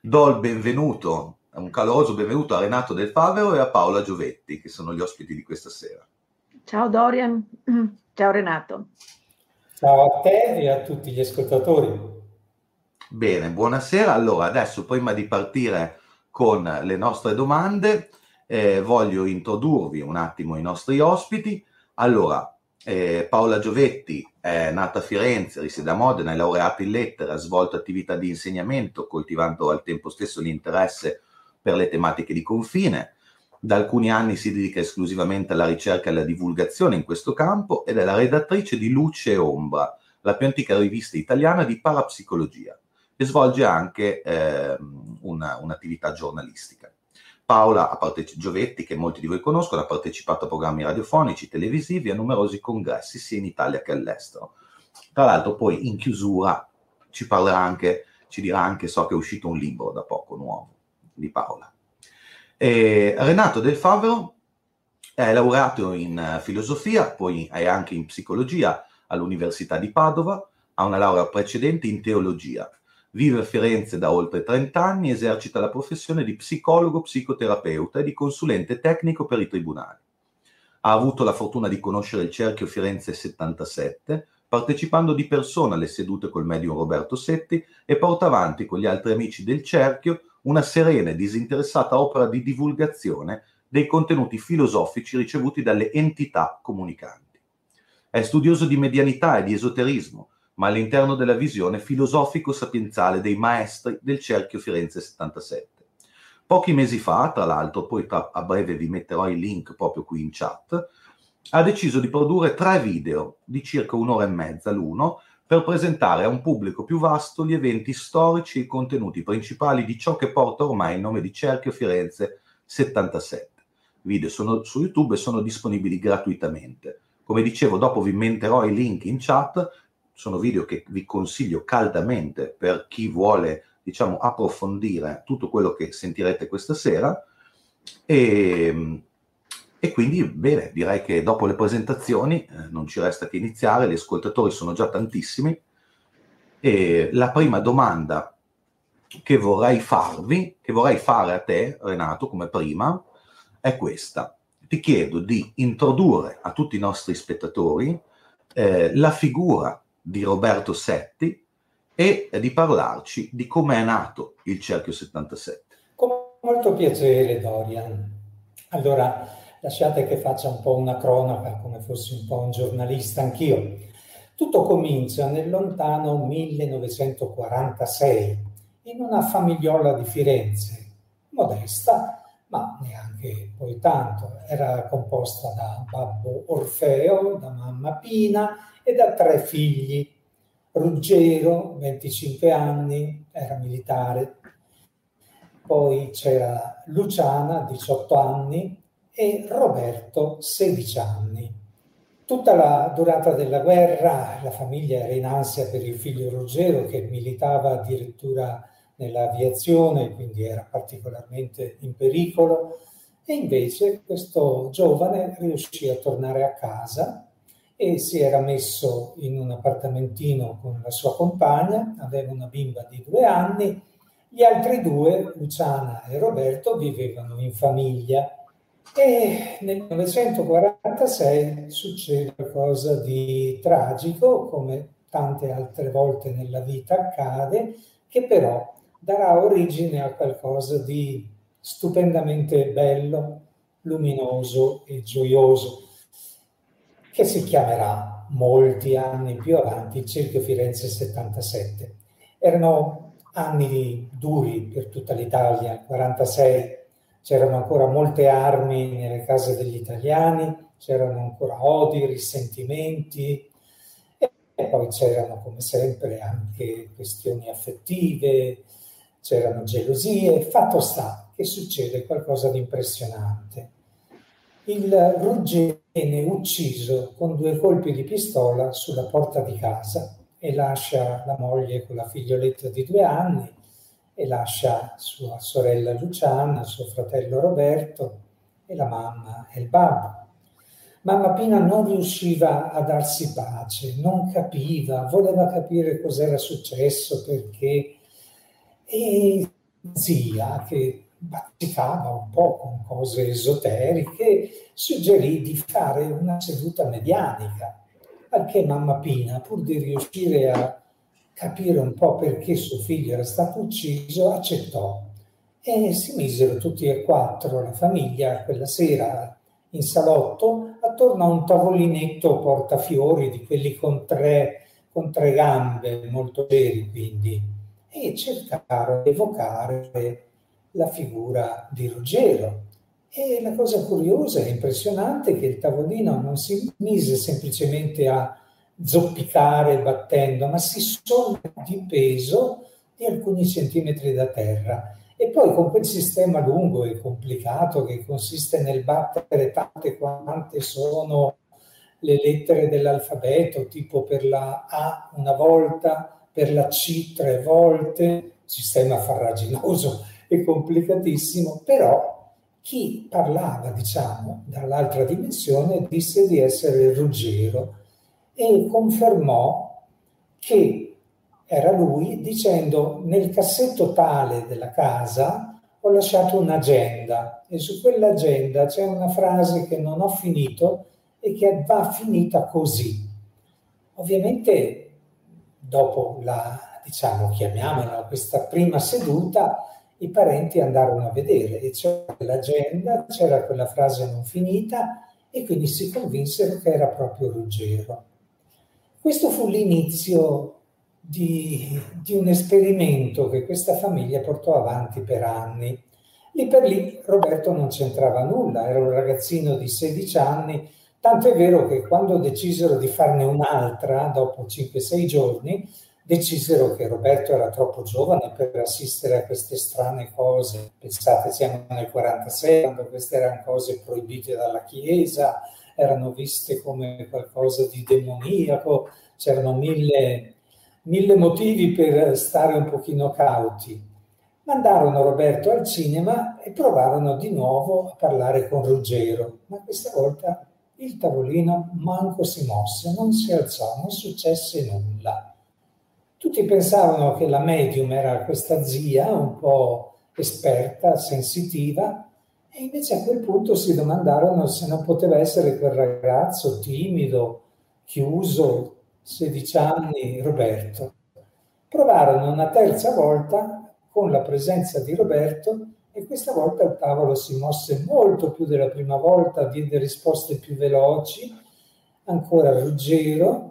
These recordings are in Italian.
Do il benvenuto, un caloroso benvenuto a Renato Del Favero e a Paola Giovetti, che sono gli ospiti di questa sera. Ciao Dorian, ciao Renato. Ciao a te e a tutti gli ascoltatori. Bene, buonasera. Allora, adesso prima di partire con le nostre domande, voglio introdurvi un attimo i nostri ospiti. Allora, Paola Giovetti è nata a Firenze, risiede a Modena, è laureata in lettere, ha svolto attività di insegnamento, coltivando al tempo stesso l'interesse per le tematiche di confine. Da alcuni anni si dedica esclusivamente alla ricerca e alla divulgazione in questo campo ed è la redattrice di Luce e Ombra, la più antica rivista italiana di parapsicologia, e svolge anche un'attività giornalistica. Paola Giovetti, che molti di voi conoscono, ha partecipato a programmi radiofonici, televisivi e a numerosi congressi sia in Italia che all'estero. Tra l'altro poi in chiusura ci dirà anche, so che è uscito un libro da poco nuovo di Paola. Renato Del Favero è laureato in filosofia, poi è anche in psicologia all'Università di Padova, ha una laurea precedente in teologia. Vive a Firenze da oltre 30 anni, esercita la professione di psicologo, psicoterapeuta e di consulente tecnico per i tribunali. Ha avuto la fortuna di conoscere il Cerchio Firenze 77, partecipando di persona alle sedute col medium Roberto Setti, e porta avanti con gli altri amici del Cerchio una serena e disinteressata opera di divulgazione dei contenuti filosofici ricevuti dalle entità comunicanti. È studioso di medianità e di esoterismo, ma all'interno della visione filosofico-sapienziale dei maestri del Cerchio Firenze 77. Pochi mesi fa, tra l'altro, poi a breve vi metterò il link proprio qui in chat, ha deciso di produrre 3 video di circa 1 ora e mezza l'uno per presentare a un pubblico più vasto gli eventi storici e i contenuti principali di ciò che porta ormai il nome di Cerchio Firenze 77. I video sono su YouTube e sono disponibili gratuitamente. Come dicevo, dopo vi metterò i link in chat. Sono video che vi consiglio caldamente per chi vuole, diciamo, approfondire tutto quello che sentirete questa sera. E quindi, bene, direi che dopo le presentazioni non ci resta che iniziare. Gli ascoltatori sono già tantissimi. E la prima domanda che vorrei fare a te, Renato, come prima, è questa. Ti chiedo di introdurre a tutti i nostri spettatori la figura di Roberto Setti e di parlarci di come è nato il Cerchio 77. Con molto piacere, Dorian. Allora, lasciate che faccia un po' una cronaca, come fossi un po' un giornalista anch'io. Tutto comincia nel lontano 1946, in una famigliola di Firenze, modesta, ma neanche poi tanto. Era composta da babbo Orfeo, da mamma Pina e da 3 figli. Ruggero, 25 anni, era militare. Poi c'era Luciana, 18 anni, e Roberto, 16 anni. Tutta la durata della guerra la famiglia era in ansia per il figlio Ruggero, che militava addirittura nell'aviazione, quindi era particolarmente in pericolo, e invece questo giovane riuscì a tornare a casa e si era messo in un appartamentino con la sua compagna, aveva una bimba di 2 anni, gli altri 2, Luciana e Roberto, vivevano in famiglia. E nel 1946 succede qualcosa di tragico, come tante altre volte nella vita accade, che però darà origine a qualcosa di stupendamente bello, luminoso e gioioso, che si chiamerà molti anni più avanti il Cerchio Firenze 77. Erano anni duri per tutta l'Italia, 46. C'erano ancora molte armi nelle case degli italiani, c'erano ancora odi, risentimenti e poi c'erano come sempre anche questioni affettive, c'erano gelosie. Fatto sta che succede qualcosa di impressionante. Il Ruggero viene ucciso con 2 colpi di pistola sulla porta di casa e lascia la moglie con la figlioletta di 2 anni e lascia sua sorella Luciana, suo fratello Roberto e la mamma e il babbo. Mamma Pina non riusciva a darsi pace, non capiva, voleva capire cos'era successo, perché, e zia che bazzicava un po' con cose esoteriche, suggerì di fare una seduta medianica, al che mamma Pina, pur di riuscire a capire un po' perché suo figlio era stato ucciso, accettò. E si misero tutti e quattro, la famiglia, quella sera in salotto, attorno a un tavolinetto portafiori di quelli con tre gambe, molto veri quindi, e cercarono di evocare la figura di Ruggero. E la cosa curiosa e impressionante è che il tavolino non si mise semplicemente a zoppicare battendo, ma si sollevò di peso di alcuni centimetri da terra. E poi con quel sistema lungo e complicato che consiste nel battere tante quante sono le lettere dell'alfabeto, tipo per la A una volta, per la C 3 volte, sistema farraginoso e complicatissimo, però chi parlava, diciamo, dall'altra dimensione disse di essere Ruggero e confermò che era lui, dicendo: nel cassetto tale della casa ho lasciato un'agenda e su quell'agenda c'è una frase che non ho finito e che va finita così. Ovviamente dopo diciamo, chiamiamola questa prima seduta, i parenti andarono a vedere e c'era l'agenda, c'era quella frase non finita e quindi si convinsero che era proprio Ruggero. Questo fu l'inizio di un esperimento che questa famiglia portò avanti per anni. Lì per lì Roberto non c'entrava nulla, era un ragazzino di 16 anni, tanto è vero che quando decisero di farne un'altra, dopo 5-6 giorni, decisero che Roberto era troppo giovane per assistere a queste strane cose. Pensate, siamo nel 46, quando queste erano cose proibite dalla Chiesa, erano viste come qualcosa di demoniaco, c'erano mille motivi per stare un pochino cauti. Mandarono Roberto al cinema e provarono di nuovo a parlare con Ruggero, ma questa volta il tavolino manco si mosse, non si alzò, non successe nulla. Tutti pensavano che la medium era questa zia un po' esperta, sensitiva, e invece a quel punto si domandarono se non poteva essere quel ragazzo timido, chiuso, 16 anni, Roberto. Provarono una terza volta con la presenza di Roberto e questa volta il tavolo si mosse molto più della prima volta, diede risposte più veloci, ancora Ruggero,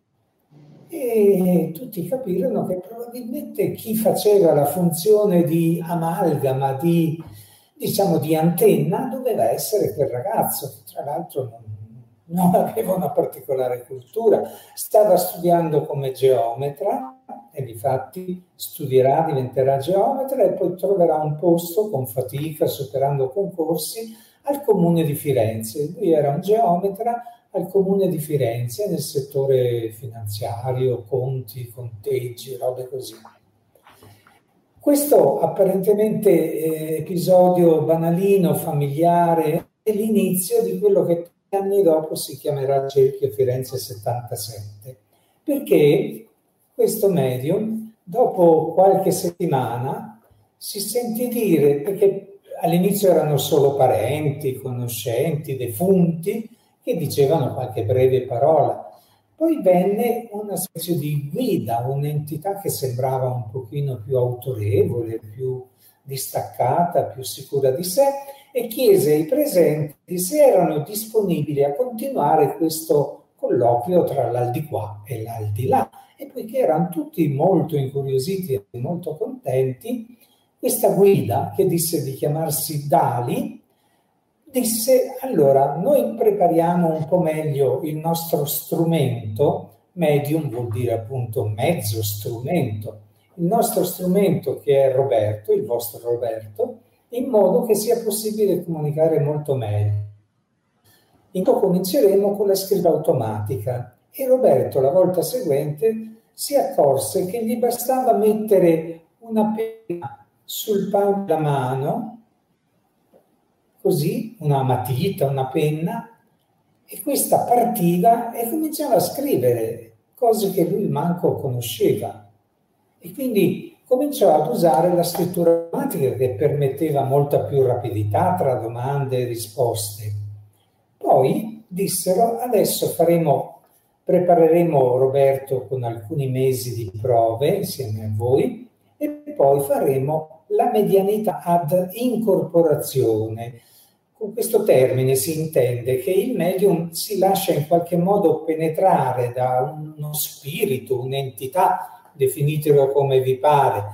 e tutti capirono che probabilmente chi faceva la funzione di amalgama, diciamo di antenna, doveva essere quel ragazzo, che tra l'altro non aveva una particolare cultura, stava studiando come geometra e difatti studierà, diventerà geometra e poi troverà un posto con fatica, superando concorsi, al Comune di Firenze. Lui era un geometra al Comune di Firenze nel settore finanziario, conti, conteggi, robe così. Questo apparentemente episodio banalino, familiare, è l'inizio di quello che anni dopo si chiamerà Cerchio Firenze 77, perché questo medium, dopo qualche settimana, si sentì dire, perché all'inizio erano solo parenti, conoscenti, defunti, che dicevano qualche breve parola. Poi venne una specie di guida, un'entità che sembrava un pochino più autorevole, più distaccata, più sicura di sé, e chiese ai presenti se erano disponibili a continuare questo colloquio tra l'aldilà e l'aldilà. E poiché erano tutti molto incuriositi e molto contenti, questa guida, che disse di chiamarsi Dali, disse: allora noi prepariamo un po' meglio il nostro strumento, medium vuol dire appunto mezzo strumento, il nostro strumento che è Roberto, il vostro Roberto, in modo che sia possibile comunicare molto meglio. Intanto cominceremo con la scritta automatica e Roberto la volta seguente si accorse che gli bastava mettere una penna sul palmo della mano, così, una matita, una penna, e questa partiva e cominciava a scrivere cose che lui manco conosceva. E quindi cominciò ad usare la scrittura automatica che permetteva molta più rapidità tra domande e risposte. Poi dissero: adesso prepareremo Roberto con alcuni mesi di prove insieme a voi e poi faremo la medianità ad incorporazione. Con questo termine si intende che il medium si lascia in qualche modo penetrare da uno spirito, un'entità, definitelo come vi pare,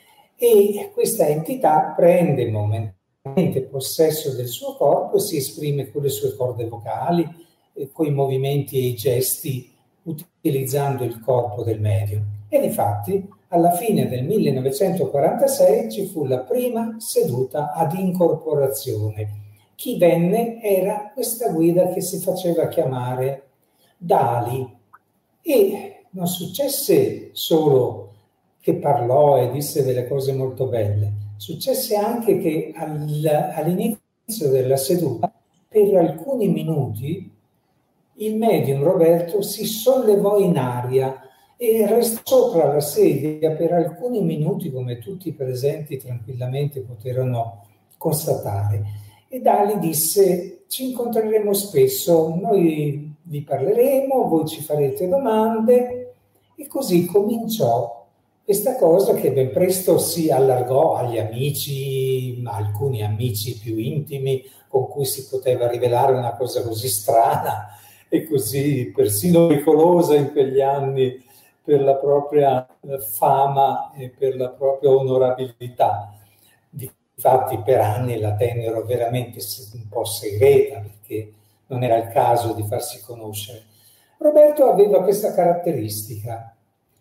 e questa entità prende momentaneamente possesso del suo corpo e si esprime con le sue corde vocali, con i movimenti e i gesti, utilizzando il corpo del medium. E difatti, alla fine del 1946 ci fu la prima seduta ad incorporazione. Chi venne era questa guida che si faceva chiamare Dali, e non successe solo che parlò e disse delle cose molto belle, successe anche che all'inizio della seduta, per alcuni minuti, il medium Roberto si sollevò in aria e restò sopra la sedia per alcuni minuti, come tutti i presenti tranquillamente poterono constatare. E Dali disse: ci incontreremo spesso, noi vi parleremo, voi ci farete domande. E così cominciò questa cosa che ben presto si allargò agli amici, alcuni amici più intimi con cui si poteva rivelare una cosa così strana e così persino pericolosa in quegli anni per la propria fama e per la propria onorabilità. Infatti per anni la tennero veramente un po' segreta, perché non era il caso di farsi conoscere. Roberto aveva questa caratteristica: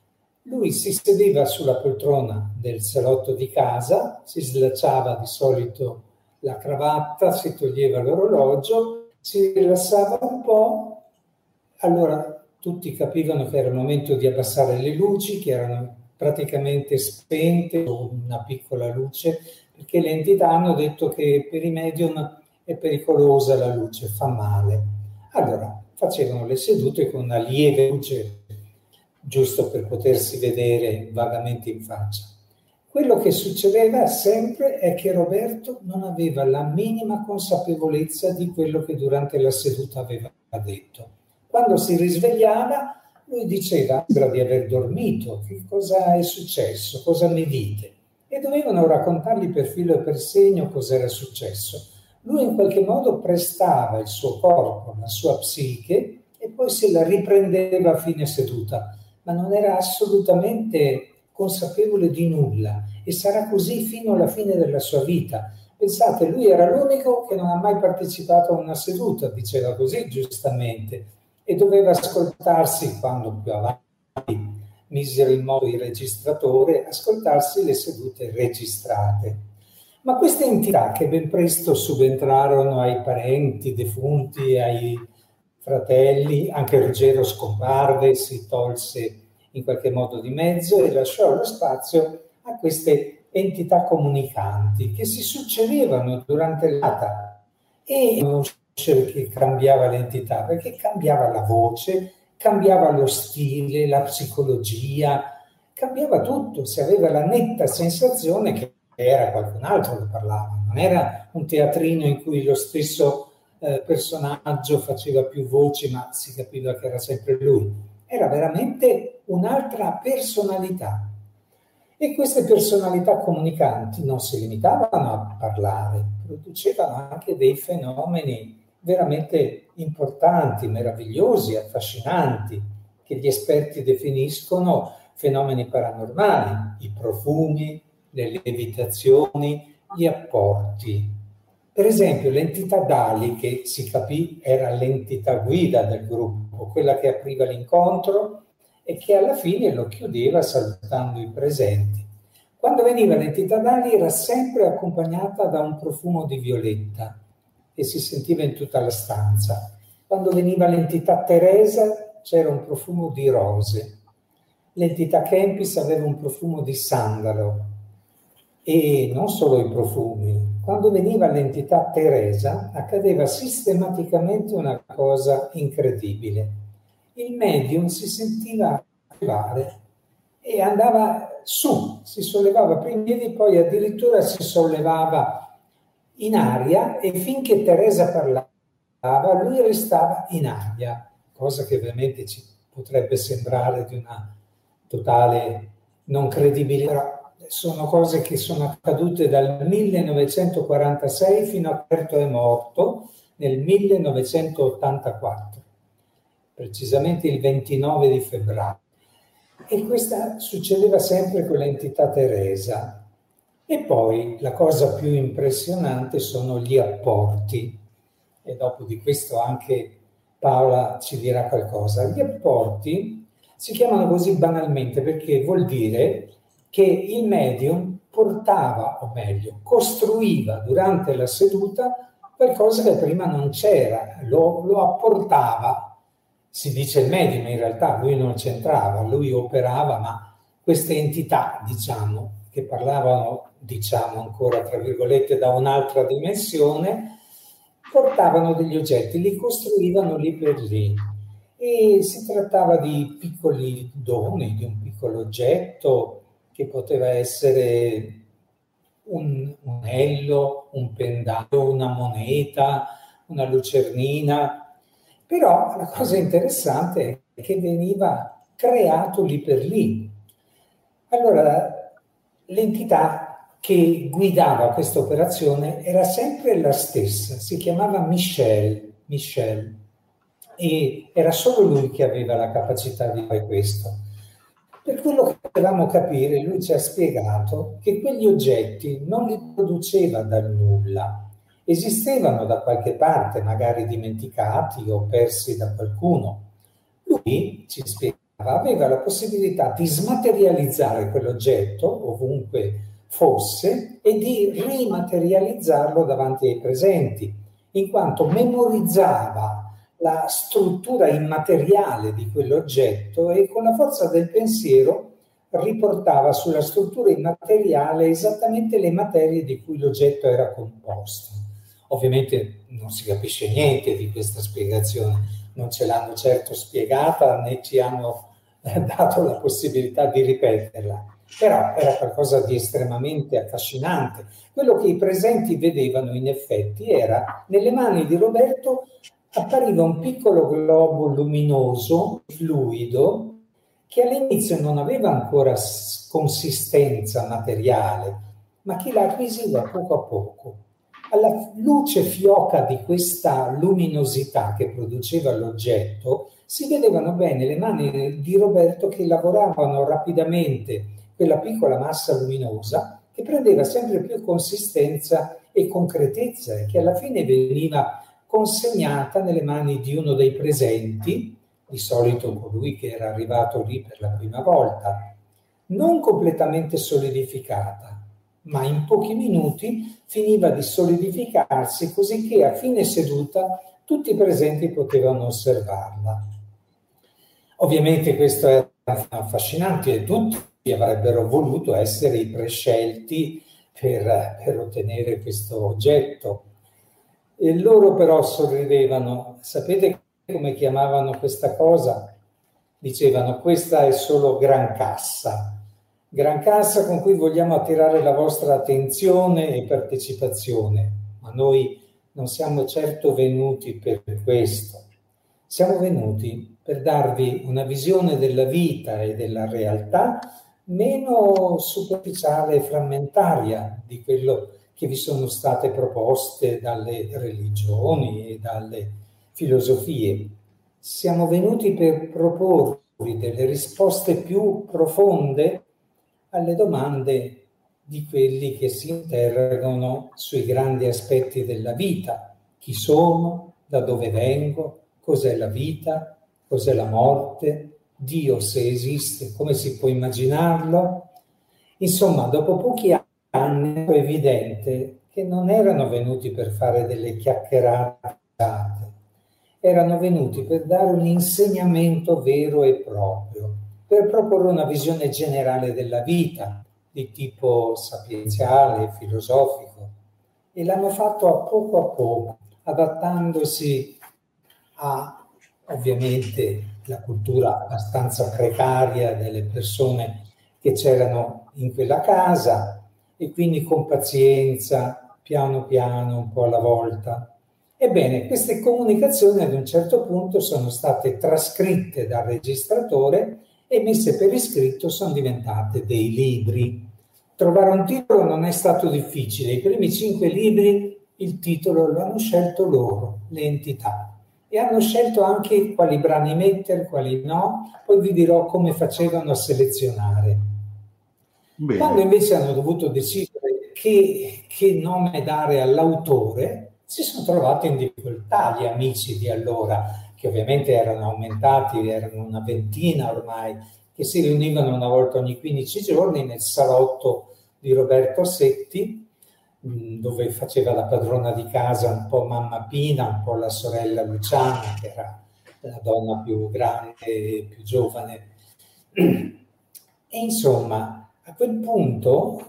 lui si sedeva sulla poltrona del salotto di casa, si slacciava di solito la cravatta, si toglieva l'orologio, si rilassava un po', allora tutti capivano che era il momento di abbassare le luci, che erano praticamente spente, o una piccola luce, perché le entità hanno detto che per i medium è pericolosa la luce, fa male. Allora facevano le sedute con una lieve luce, giusto per potersi vedere vagamente in faccia. Quello che succedeva sempre è che Roberto non aveva la minima consapevolezza di quello che durante la seduta aveva detto. Quando si risvegliava, lui diceva: sembra di aver dormito, che cosa è successo, cosa mi dite? E dovevano raccontargli per filo e per segno cosa era successo. Lui in qualche modo prestava il suo corpo, la sua psiche, e poi se la riprendeva a fine seduta, ma non era assolutamente consapevole di nulla, e sarà così fino alla fine della sua vita. Pensate, lui era l'unico che non ha mai partecipato a una seduta, diceva così giustamente, e doveva ascoltarsi, quando più avanti misero in modo il registratore, ascoltarsi le sedute registrate. Ma queste entità, che ben presto subentrarono ai parenti defunti, ai fratelli, anche Ruggero scomparve, si tolse in qualche modo di mezzo e lasciò lo spazio a queste entità comunicanti che si succedevano durante l'ata, e non che cambiava l'entità, perché cambiava la voce, cambiava lo stile, la psicologia, cambiava tutto. Si aveva la netta sensazione che era qualcun altro che parlava, non era un teatrino in cui lo stesso personaggio faceva più voci, ma si capiva che era sempre lui. Era veramente un'altra personalità. E queste personalità comunicanti non si limitavano a parlare, producevano anche dei fenomeni veramente importanti, meravigliosi, affascinanti, che gli esperti definiscono fenomeni paranormali: i profumi, le levitazioni, gli apporti. Per esempio l'entità Dali, che si capì era l'entità guida del gruppo, quella che apriva l'incontro e che alla fine lo chiudeva salutando i presenti. Quando veniva l'entità Dali era sempre accompagnata da un profumo di violetta che si sentiva in tutta la stanza. Quando veniva l'entità Teresa c'era un profumo di rose. L'entità Kempis aveva un profumo di sandalo. E non solo i profumi. Quando veniva l'entità Teresa accadeva sistematicamente una cosa incredibile. Il medium si sentiva arrivare e andava su, si sollevava prima in piedi, poi addirittura si sollevava in aria e finché Teresa parlava lui restava in aria, cosa che ovviamente ci potrebbe sembrare di una totale non credibilità, però sono cose che sono accadute dal 1946 fino a Alberto è morto nel 1984, precisamente il 29 di febbraio. E questa succedeva sempre con l'entità Teresa. E poi la cosa più impressionante sono gli apporti, e dopo di questo anche Paola ci dirà qualcosa. Gli apporti si chiamano così banalmente perché vuol dire che il medium portava, o meglio, costruiva durante la seduta qualcosa che prima non c'era, lo apportava. Si dice il medium, in realtà lui non c'entrava, lui operava, ma queste entità, diciamo, che parlavano, diciamo ancora tra virgolette, da un'altra dimensione, portavano degli oggetti, li costruivano lì per lì. E si trattava di piccoli doni, di un piccolo oggetto che poteva essere un anello, un pendaglio, una moneta, una lucernina. Però la cosa interessante è che veniva creato lì per lì. Allora, l'entità che guidava questa operazione era sempre la stessa, si chiamava Michel, e era solo lui che aveva la capacità di fare questo. Per quello che potevamo capire, lui ci ha spiegato che quegli oggetti non li produceva dal nulla, esistevano da qualche parte, magari dimenticati o persi da qualcuno. Lui, ci spiegava, aveva la possibilità di smaterializzare quell'oggetto, ovunque fosse, e di rimaterializzarlo davanti ai presenti, in quanto memorizzava la struttura immateriale di quell'oggetto e con la forza del pensiero riportava sulla struttura immateriale esattamente le materie di cui l'oggetto era composto. Ovviamente non si capisce niente di questa spiegazione, non ce l'hanno certo spiegata né ci hanno dato la possibilità di ripeterla, però era qualcosa di estremamente affascinante. Quello che i presenti vedevano in effetti era nelle mani di Roberto appariva un piccolo globo luminoso, fluido, che all'inizio non aveva ancora consistenza materiale, ma che la acquisiva poco a poco. Alla luce fioca di questa luminosità che produceva l'oggetto, si vedevano bene le mani di Roberto che lavoravano rapidamente quella piccola massa luminosa che prendeva sempre più consistenza e concretezza e che alla fine veniva consegnata nelle mani di uno dei presenti, di solito colui che era arrivato lì per la prima volta, non completamente solidificata, ma in pochi minuti finiva di solidificarsi così che a fine seduta tutti i presenti potevano osservarla. Ovviamente questo era affascinante e tutti avrebbero voluto essere i prescelti per ottenere questo oggetto. E loro però sorridevano. Sapete come chiamavano questa cosa? Dicevano: questa è solo gran cassa con cui vogliamo attirare la vostra attenzione e partecipazione, ma noi non siamo certo venuti per questo. Siamo venuti per darvi una visione della vita e della realtà meno superficiale e frammentaria di quello che vi sono state proposte dalle religioni e dalle filosofie. Siamo venuti per proporvi delle risposte più profonde alle domande di quelli che si interrogano sui grandi aspetti della vita. Chi sono? Da dove vengo? Cos'è la vita? Cos'è la morte? Dio, se esiste, come si può immaginarlo? Insomma, dopo pochi anni è evidente che non erano venuti per fare delle chiacchierate, erano venuti per dare un insegnamento vero e proprio, per proporre una visione generale della vita, di tipo sapienziale, filosofico, e l'hanno fatto a poco, adattandosi a, ovviamente, la cultura abbastanza precaria delle persone che c'erano in quella casa, e quindi con pazienza, piano piano, un po' alla volta. Ebbene, queste comunicazioni ad un certo punto sono state trascritte dal registratore e messe per iscritto, sono diventate dei libri. Trovare un titolo non è stato difficile. I primi 5 libri, il titolo lo hanno scelto loro, le entità. E hanno scelto anche quali brani mettere, quali no. Poi vi dirò come facevano a selezionare. Bene. Quando invece hanno dovuto decidere che nome dare all'autore, si sono trovati in difficoltà gli amici di allora, che ovviamente erano aumentati, erano una ventina ormai, che si riunivano una volta ogni 15 giorni nel salotto di Roberto Setti, dove faceva la padrona di casa un po' mamma Pina, un po' la sorella Luciana, che era la donna più grande e più giovane. E insomma, a quel punto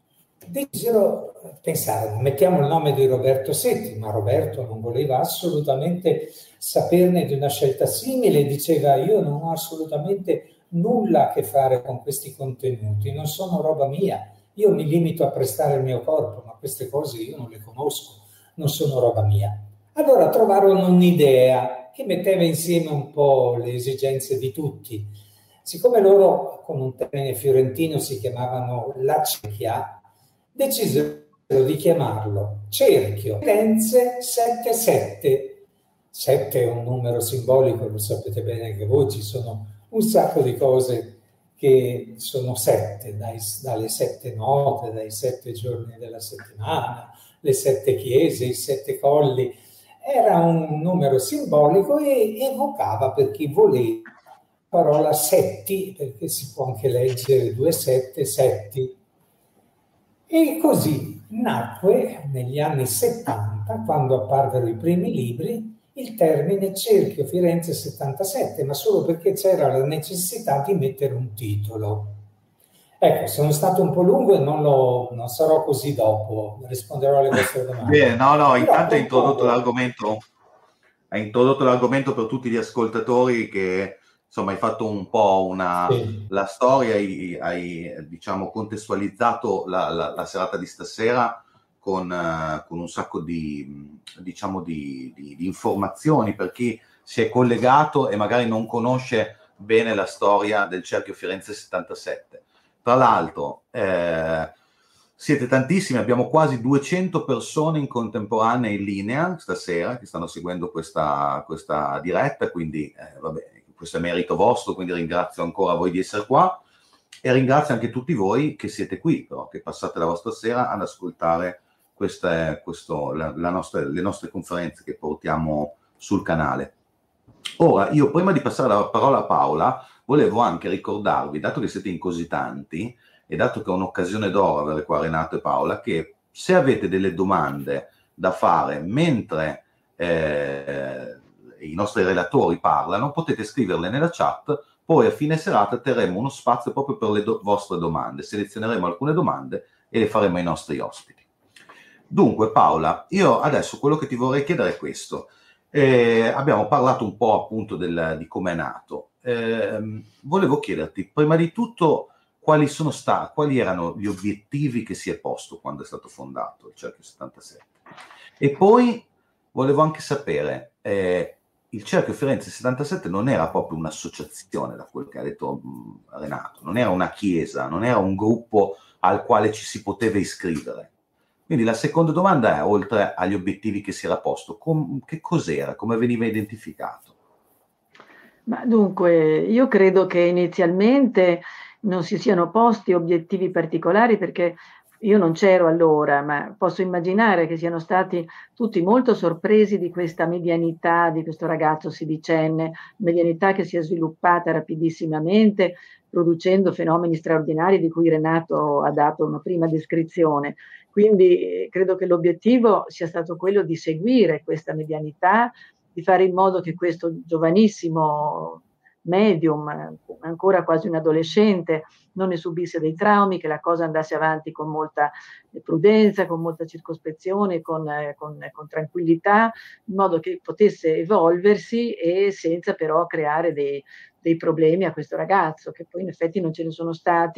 decisero, pensarono, mettiamo il nome di Roberto Setti, ma Roberto non voleva assolutamente saperne di una scelta simile, diceva: io non ho assolutamente nulla a che fare con questi contenuti, non sono roba mia, io mi limito a prestare il mio corpo, ma queste cose io non le conosco, non sono roba mia. Allora trovarono un'idea che metteva insieme un po' le esigenze di tutti. Siccome loro, con un termine fiorentino, si chiamavano la cerchia, decisero di chiamarlo Cerchio Firenze 77. 7 è un numero simbolico, lo sapete bene che voi, ci sono un sacco di cose che sono 7, dalle 7 note, dai 7 giorni della settimana, le 7 chiese, i 7 colli. Era un numero simbolico e evocava, per chi voleva, la parola setti, perché si può anche leggere 2 7, setti. E così nacque negli anni 70, quando apparvero i primi libri, il termine Cerchio Firenze 77, ma solo perché c'era la necessità di mettere un titolo. Ecco, sono stato un po' lungo e non sarò così dopo, risponderò alle vostre domande. Bene, no, intanto hai introdotto l'argomento per tutti gli ascoltatori, che insomma hai fatto un po' la storia, hai diciamo contestualizzato la serata di stasera con un sacco di informazioni per chi si è collegato e magari non conosce bene la storia del Cerchio Firenze 77. Tra l'altro siete tantissimi, abbiamo quasi 200 persone in contemporanea in linea stasera che stanno seguendo questa diretta, quindi vabbè, questo è merito vostro, quindi ringrazio ancora voi di essere qua e ringrazio anche tutti voi che siete qui, però, che passate la vostra sera ad ascoltare le nostre conferenze che portiamo sul canale. Ora, io prima di passare la parola a Paola, volevo anche ricordarvi, dato che siete in così tanti, e dato che è un'occasione d'oro avere qua Renato e Paola, che se avete delle domande da fare mentre i nostri relatori parlano, potete scriverle nella chat, poi a fine serata terremo uno spazio proprio per le vostre domande, selezioneremo alcune domande e le faremo ai nostri ospiti. Dunque Paola, io adesso quello che ti vorrei chiedere è questo. Abbiamo parlato un po' appunto di come è nato. Volevo chiederti, prima di tutto, quali erano gli obiettivi che si è posto quando è stato fondato il Cerchio 77? E poi volevo anche sapere, il Cerchio Firenze 77 non era proprio un'associazione, da quel che ha detto Renato, non era una chiesa, non era un gruppo al quale ci si poteva iscrivere. Quindi la seconda domanda è, oltre agli obiettivi che si era posto, che cos'era, come veniva identificato? Ma dunque, io credo che inizialmente non si siano posti obiettivi particolari, perché io non c'ero allora, ma posso immaginare che siano stati tutti molto sorpresi di questa medianità di questo ragazzo sedicenne, medianità che si è sviluppata rapidissimamente, producendo fenomeni straordinari di cui Renato ha dato una prima descrizione. Quindi credo che l'obiettivo sia stato quello di seguire questa medianità, di fare in modo che questo giovanissimo medium, ancora quasi un adolescente, non ne subisse dei traumi, che la cosa andasse avanti con molta prudenza, con molta circospezione, con tranquillità, in modo che potesse evolversi e senza però creare dei problemi a questo ragazzo, che poi in effetti non ce ne sono stati,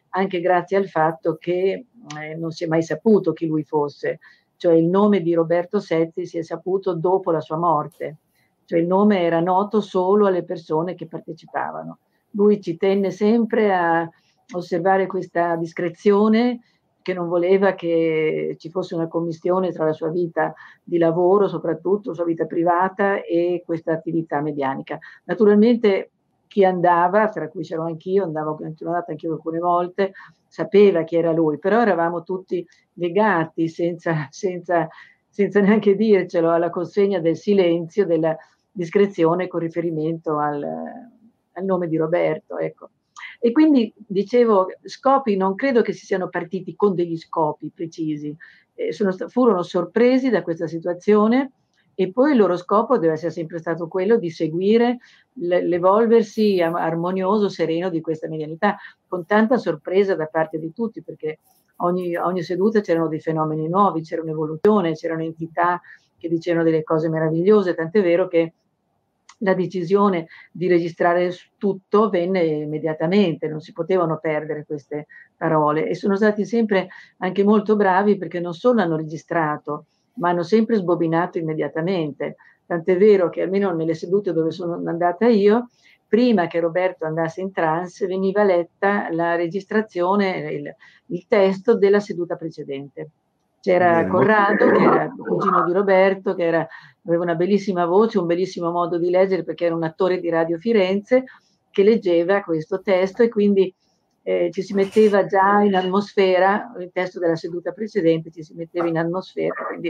anche grazie al fatto che non si è mai saputo chi lui fosse, cioè il nome di Roberto Setzi si è saputo dopo la sua morte, cioè il nome era noto solo alle persone che partecipavano. Lui ci tenne sempre a osservare questa discrezione, che non voleva che ci fosse una commistione tra la sua vita di lavoro, soprattutto la sua vita privata, e questa attività medianica. Naturalmente chi andava, tra cui c'ero anch'io, sono andata anch'io alcune volte, sapeva chi era lui, però eravamo tutti legati senza neanche dircelo alla consegna del silenzio, della discrezione con riferimento al nome di Roberto, ecco. E quindi dicevo, scopi non credo che si siano partiti con degli scopi precisi, furono sorpresi da questa situazione e poi il loro scopo deve essere sempre stato quello di seguire l'evolversi armonioso, sereno di questa medianità, con tanta sorpresa da parte di tutti, perché ogni seduta c'erano dei fenomeni nuovi, c'era un'evoluzione, c'erano entità che dicevano delle cose meravigliose, tant'è vero che la decisione di registrare tutto venne immediatamente, non si potevano perdere queste parole, e sono stati sempre anche molto bravi perché non solo hanno registrato, ma hanno sempre sbobinato immediatamente. Tant'è vero che almeno nelle sedute dove sono andata io, prima che Roberto andasse in trance, veniva letta la registrazione, il testo della seduta precedente. C'era Corrado, che era il cugino di Roberto, aveva una bellissima voce, un bellissimo modo di leggere perché era un attore di Radio Firenze, che leggeva questo testo e quindi ci si metteva già in atmosfera, il testo della seduta precedente ci si metteva in atmosfera, quindi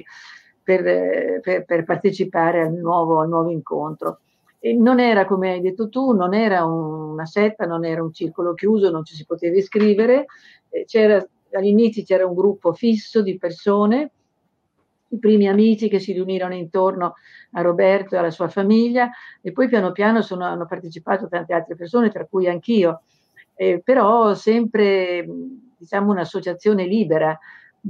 per partecipare al nuovo incontro. E non era, come hai detto tu, non era una setta, non era un circolo chiuso, non ci si poteva iscrivere, all'inizio c'era un gruppo fisso di persone, i primi amici che si riunirono intorno a Roberto e alla sua famiglia, e poi piano piano hanno partecipato tante altre persone, tra cui anch'io, però sempre, diciamo, un'associazione libera.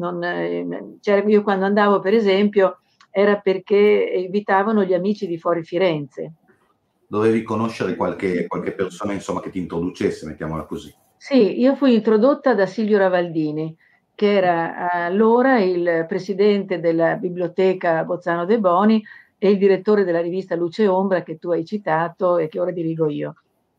Io quando andavo, per esempio, era perché invitavano gli amici di fuori Firenze. Dovevi conoscere qualche persona, insomma, che ti introducesse, mettiamola così. Sì, io fui introdotta da Silvio Ravaldini, che era allora il presidente della biblioteca Bozzano De Boni e il direttore della rivista Luce e Ombra, che tu hai citato e che ora dirigo io.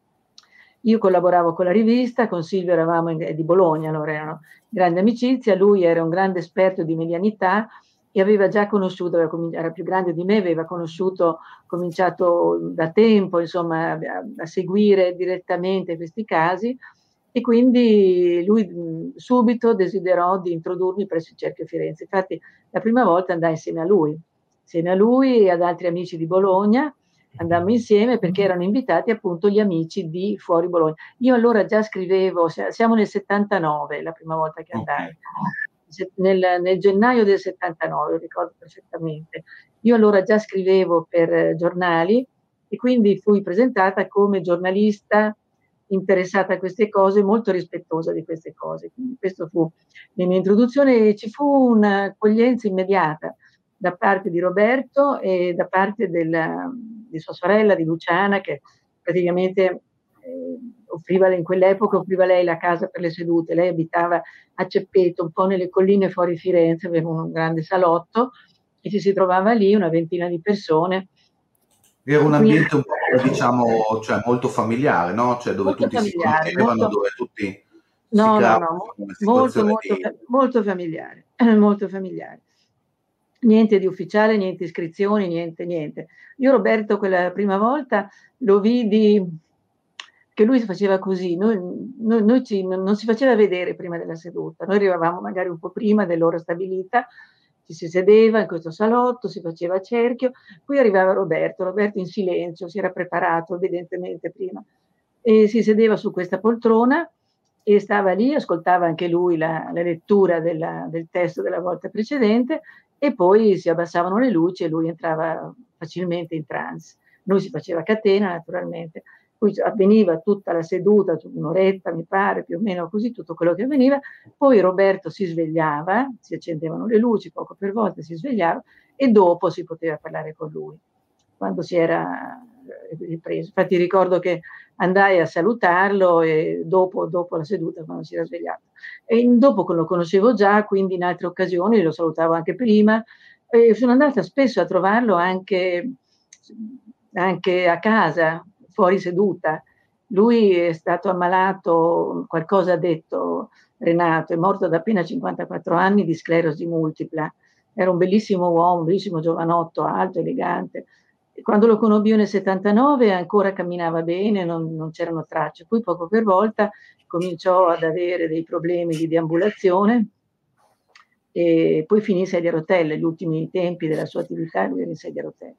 Io collaboravo con la rivista, con Silvio eravamo di Bologna, allora erano grande amicizia, lui era un grande esperto di medianità e aveva già conosciuto, era più grande di me, aveva cominciato da tempo, insomma, a seguire direttamente questi casi, e quindi lui subito desiderò di introdurmi presso il Cerchio Firenze. Infatti la prima volta andai insieme a lui e ad altri amici di Bologna, andammo insieme perché erano invitati appunto gli amici di fuori Bologna. Io allora già scrivevo, siamo nel 79, la prima volta che andai, nel gennaio del 79, lo ricordo perfettamente. Io allora già scrivevo per giornali e quindi fui presentata come giornalista interessata a queste cose, molto rispettosa di queste cose. Quindi questo fu la mia introduzione e ci fu un'accoglienza immediata da parte di Roberto e da parte di sua sorella, di Luciana, che praticamente in quell'epoca offriva lei la casa per le sedute. Lei abitava a Ceppeto, un po' nelle colline fuori Firenze, aveva un grande salotto e ci si trovava lì una ventina di persone. Era un ambiente un po', diciamo, cioè molto familiare, no? Cioè dove tutti si conoscevano, dove tutti si creavano una situazione molto familiare, molto familiare. Niente di ufficiale, niente iscrizioni, niente. Io Roberto quella prima volta lo vidi che lui faceva così, non si faceva vedere prima della seduta, noi arrivavamo magari un po' prima dell'ora stabilita, ci si sedeva in questo salotto, si faceva cerchio, poi arrivava Roberto in silenzio, si era preparato evidentemente prima, e si sedeva su questa poltrona e stava lì, ascoltava anche lui la lettura del testo della volta precedente, e poi si abbassavano le luci e lui entrava facilmente in trance. Noi si faceva catena naturalmente, poi avveniva tutta la seduta, un'oretta mi pare, più o meno così, tutto quello che avveniva, poi Roberto si svegliava, si accendevano le luci poco per volta, si svegliava e dopo si poteva parlare con lui. Quando si era ripreso. Infatti ricordo che andai a salutarlo e dopo la seduta, quando si era svegliato. E dopo lo conoscevo già, quindi in altre occasioni lo salutavo anche prima. E sono andata spesso a trovarlo anche a casa, fuori seduta. Lui è stato ammalato, qualcosa ha detto Renato, è morto da appena 54 anni di sclerosi multipla. Era un bellissimo uomo, un bellissimo giovanotto, alto, elegante. E quando lo conobbi nel 79 ancora camminava bene, non c'erano tracce. Poi poco per volta cominciò ad avere dei problemi di deambulazione e poi finì in sedia a rotelle. Gli ultimi tempi della sua attività lui era in sedia a rotelle.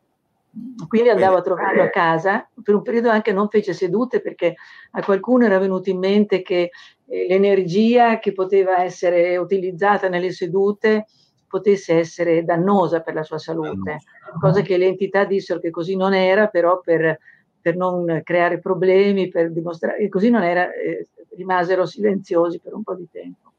Quindi andavo a trovarlo a casa, per un periodo anche non fece sedute perché a qualcuno era venuto in mente che l'energia che poteva essere utilizzata nelle sedute potesse essere dannosa per la sua salute, cosa che le entità dissero che così non era, però per non creare problemi, per dimostrare che così non era, rimasero silenziosi per un po' di tempo.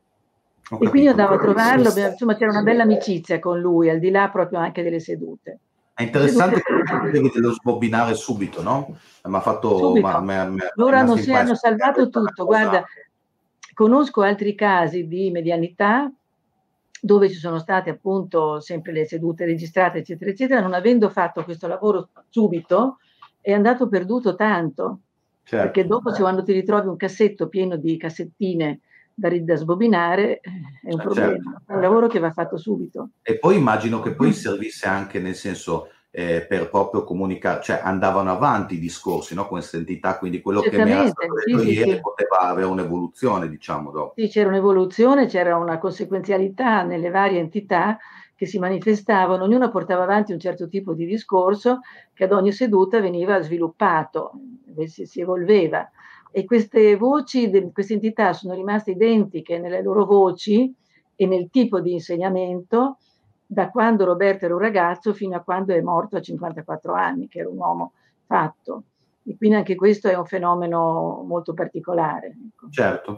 E quindi andavo a trovarlo, insomma c'era una bella amicizia con lui, al di là proprio anche delle sedute. È interessante che devi dello sbobbinare subito, no? Mi ha fatto... Loro hanno salvato tutto. Guarda, conosco altri casi di medianità dove ci sono state appunto sempre le sedute registrate, eccetera, eccetera. Non avendo fatto questo lavoro subito, è andato perduto tanto. Certo. Perché dopo quando ti ritrovi un cassetto pieno di cassettine da sbobinare è un problema, certo. È un lavoro che va fatto subito. E poi immagino che poi servisse anche nel senso per proprio comunicare, cioè andavano avanti i discorsi, no? Con questa entità, quindi quello che mi era stato detto ieri poteva avere un'evoluzione, diciamo, dopo. Sì, c'era un'evoluzione, c'era una conseguenzialità nelle varie entità che si manifestavano, ognuno portava avanti un certo tipo di discorso che ad ogni seduta veniva sviluppato, si evolveva. E queste voci, queste entità sono rimaste identiche nelle loro voci e nel tipo di insegnamento da quando Roberto era un ragazzo fino a quando è morto a 54 anni, che era un uomo fatto. E quindi anche questo è un fenomeno molto particolare. Ecco. Certo.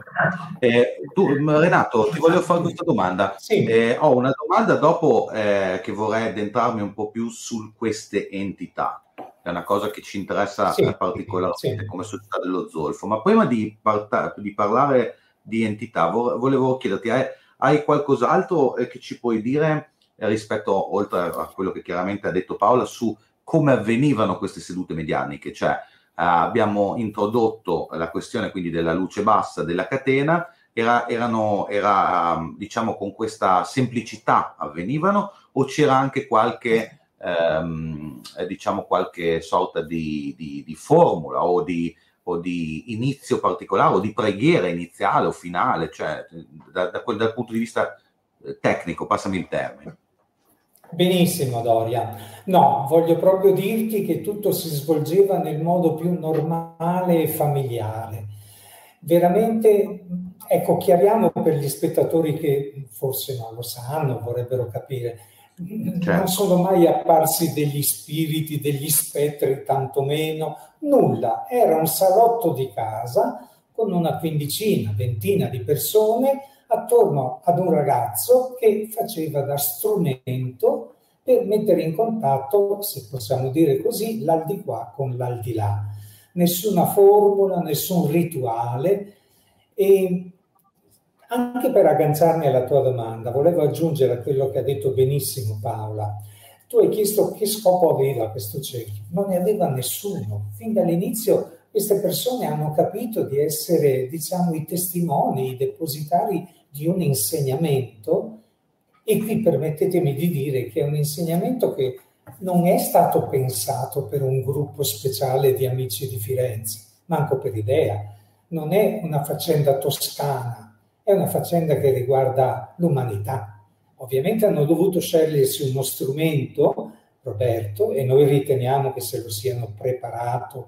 Renato, ti voglio fare questa domanda. Sì. Ho una domanda dopo che vorrei addentrarmi un po' più su queste entità. È una cosa che ci interessa particolarmente come società dello zolfo. Ma prima di parlare di entità, volevo chiederti, hai qualcos'altro che ci puoi dire rispetto, oltre a quello che chiaramente ha detto Paola, su come avvenivano queste sedute medianiche? Cioè, abbiamo introdotto la questione quindi della luce bassa della catena, era diciamo con questa semplicità avvenivano, o c'era anche qualche diciamo qualche sorta di formula o di inizio particolare o di preghiera iniziale o finale, cioè dal punto di vista tecnico, passami il termine. Benissimo Doria, no, voglio proprio dirti che tutto si svolgeva nel modo più normale e familiare. Veramente, ecco, chiariamo per gli spettatori che forse non lo sanno, vorrebbero capire. Certo. Non sono mai apparsi degli spiriti, degli spettri, tantomeno, nulla. Era un salotto di casa con una ventina di persone attorno ad un ragazzo che faceva da strumento per mettere in contatto, se possiamo dire così, l'aldilà con l'aldilà. Nessuna formula, nessun rituale. E anche per agganciarmi alla tua domanda, volevo aggiungere a quello che ha detto benissimo Paola. Tu hai chiesto che scopo aveva questo cerchio. Non ne aveva nessuno. Fin dall'inizio queste persone hanno capito di essere, diciamo, i testimoni, i depositari di un insegnamento, e qui permettetemi di dire che è un insegnamento che non è stato pensato per un gruppo speciale di amici di Firenze, manco per idea. Non è una faccenda toscana, è una faccenda che riguarda l'umanità. Ovviamente hanno dovuto scegliersi uno strumento, Roberto, e noi riteniamo che se lo siano preparato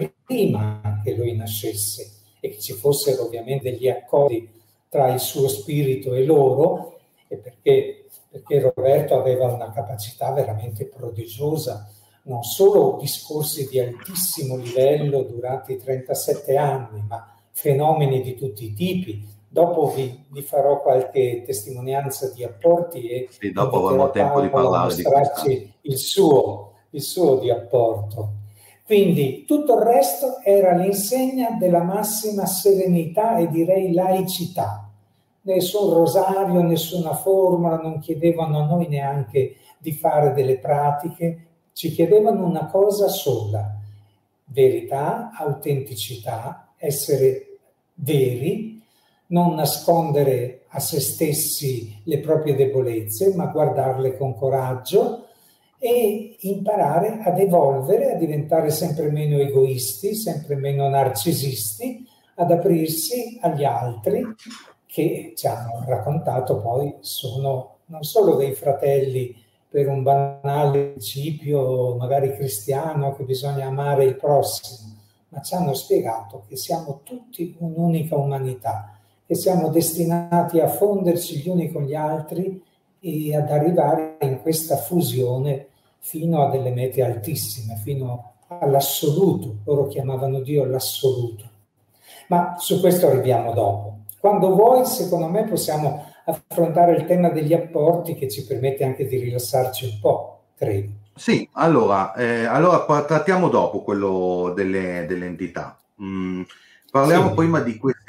prima che lui nascesse e che ci fossero ovviamente degli accordi tra il suo spirito e loro, e perché Roberto aveva una capacità veramente prodigiosa, non solo discorsi di altissimo livello durante i 37 anni, ma fenomeni di tutti i tipi. Dopo vi farò qualche testimonianza di apporti e dopo avremo tempo di parlare di mostrarci il suo di apporto. Quindi tutto il resto era l'insegna della massima serenità e direi laicità. Nessun rosario, nessuna formula, non chiedevano a noi neanche di fare delle pratiche, ci chiedevano una cosa sola: verità, autenticità, essere veri, non nascondere a se stessi le proprie debolezze, ma guardarle con coraggio e imparare ad evolvere, a diventare sempre meno egoisti, sempre meno narcisisti, ad aprirsi agli altri che ci hanno raccontato poi sono non solo dei fratelli per un banale principio magari cristiano che bisogna amare il prossimo, ma ci hanno spiegato che siamo tutti un'unica umanità, che siamo destinati a fonderci gli uni con gli altri e ad arrivare in questa fusione fino a delle mete altissime, fino all'assoluto. Loro chiamavano Dio l'assoluto. Ma su questo arriviamo dopo. Quando vuoi, secondo me, possiamo affrontare il tema degli apporti, che ci permette anche di rilassarci un po', credo. Sì, allora trattiamo dopo quello delle entità. Parliamo Sì. prima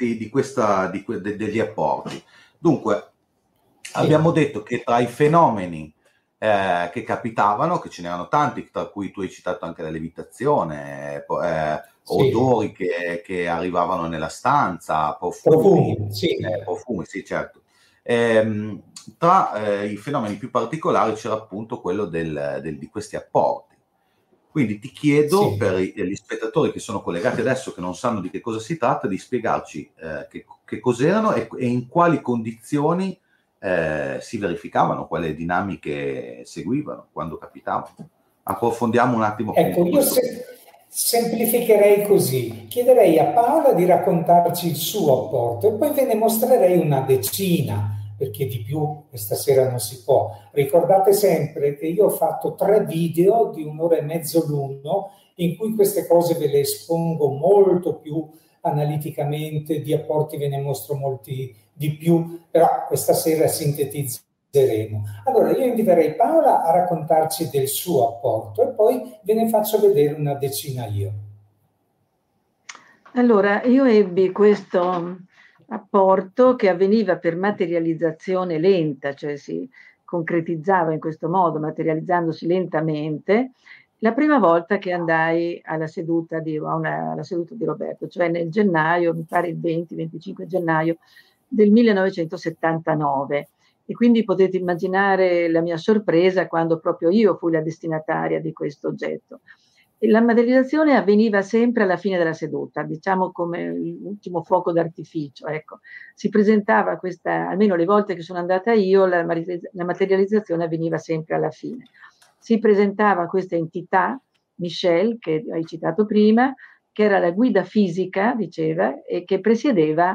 degli apporti. Dunque, Sì. abbiamo detto che tra i fenomeni che capitavano, che ce n'erano tanti, tra cui tu hai citato anche la levitazione, Sì. odori che arrivavano nella stanza, profumi, sì. Profumi, sì, certo. Tra i fenomeni più particolari c'era appunto quello di questi apporti. Quindi ti chiedo, Sì. per gli spettatori che sono collegati adesso, che non sanno di che cosa si tratta, di spiegarci che cos'erano e in quali condizioni si verificavano, quali dinamiche seguivano quando capitavano. Approfondiamo un attimo. Ecco, io semplificherei così. Chiederei a Paola di raccontarci il suo apporto e poi ve ne mostrerei una decina, perché di più questa sera non si può. Ricordate sempre che io ho fatto 3 video di 1 ora e mezzo l'uno, in cui queste cose ve le espongo molto più analiticamente, di apporti ve ne mostro molti di più, però questa sera sintetizzeremo. Allora io inviterei Paola a raccontarci del suo apporto e poi ve ne faccio vedere una decina io. Allora, io ebbi questo apporto che avveniva per materializzazione lenta, cioè si concretizzava in questo modo, materializzandosi lentamente, la prima volta che andai alla seduta di Roberto, cioè nel gennaio, mi pare il 20-25 gennaio del 1979. E quindi potete immaginare la mia sorpresa quando proprio io fui la destinataria di questo oggetto. E la materializzazione avveniva sempre alla fine della seduta, diciamo come l'ultimo fuoco d'artificio, ecco. Si presentava questa, almeno le volte che sono andata io, la materializzazione avveniva sempre alla fine. Si presentava questa entità, Michelle, che hai citato prima, che era la guida fisica, diceva, e che presiedeva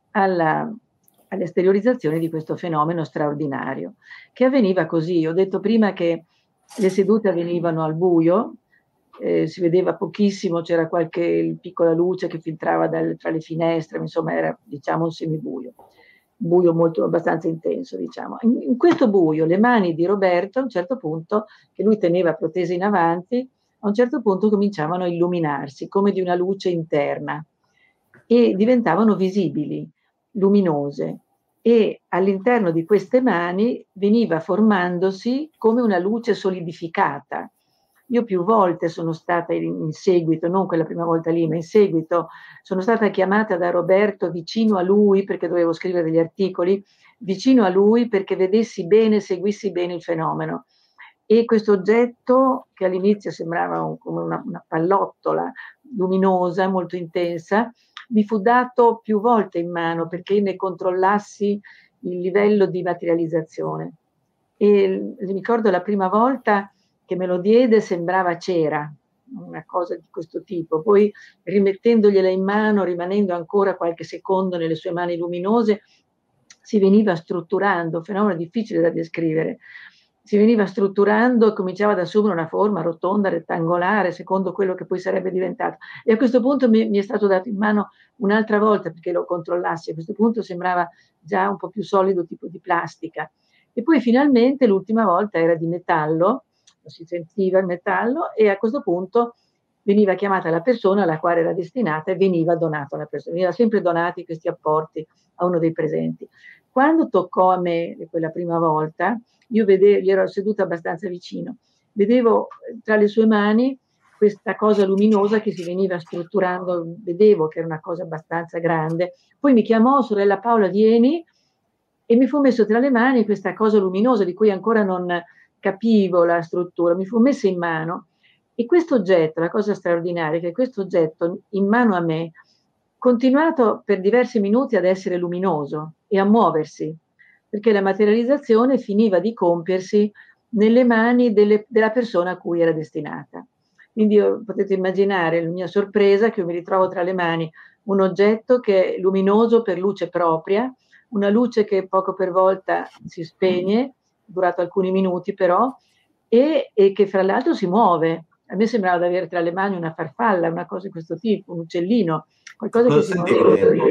all'esteriorizzazione di questo fenomeno straordinario, che avveniva così. Ho detto prima che le sedute avvenivano al buio, si vedeva pochissimo, c'era qualche piccola luce che filtrava tra le finestre, insomma era, diciamo, un semibuio, buio molto abbastanza intenso, diciamo. In questo buio le mani di Roberto, a un certo punto, che lui teneva protese in avanti, a un certo punto cominciavano a illuminarsi come di una luce interna e diventavano visibili, luminose, e all'interno di queste mani veniva formandosi come una luce solidificata. Io più volte sono stata in seguito, non quella prima volta lì, ma in seguito sono stata chiamata da Roberto vicino a lui, perché dovevo scrivere degli articoli, vicino a lui perché vedessi bene, seguissi bene il fenomeno. E questo oggetto, che all'inizio sembrava come una pallottola luminosa, molto intensa, mi fu dato più volte in mano perché ne controllassi il livello di materializzazione. E mi ricordo la prima volta che me lo diede sembrava cera, una cosa di questo tipo. Poi rimettendogliela in mano, rimanendo ancora qualche secondo nelle sue mani luminose, si veniva strutturando, un fenomeno difficile da descrivere, si veniva strutturando e cominciava ad assumere una forma rotonda, rettangolare, secondo quello che poi sarebbe diventato. E a questo punto mi è stato dato in mano un'altra volta perché lo controllassi, a questo punto sembrava già un po' più solido, tipo di plastica. E poi finalmente l'ultima volta era di metallo, si sentiva il metallo, e a questo punto veniva chiamata la persona alla quale era destinata e veniva donato alla persona, veniva sempre donati questi apporti a uno dei presenti. Quando toccò a me quella prima volta, io vedevo, ero seduta abbastanza vicino, vedevo tra le sue mani questa cosa luminosa che si veniva strutturando, vedevo che era una cosa abbastanza grande. Poi mi chiamò: sorella Paola, vieni, e mi fu messo tra le mani questa cosa luminosa di cui ancora non capivo la struttura, mi fu messa in mano, e questo oggetto, la cosa straordinaria è che questo oggetto in mano a me continuato per diversi minuti ad essere luminoso e a muoversi, perché la materializzazione finiva di compiersi nelle mani della persona a cui era destinata. Quindi potete immaginare la mia sorpresa che io mi ritrovo tra le mani un oggetto che è luminoso per luce propria, una luce che poco per volta si spegne, durato alcuni minuti però, e che fra l'altro si muove. A me sembrava di avere tra le mani una farfalla, una cosa di questo tipo, un uccellino, qualcosa che si muoveva.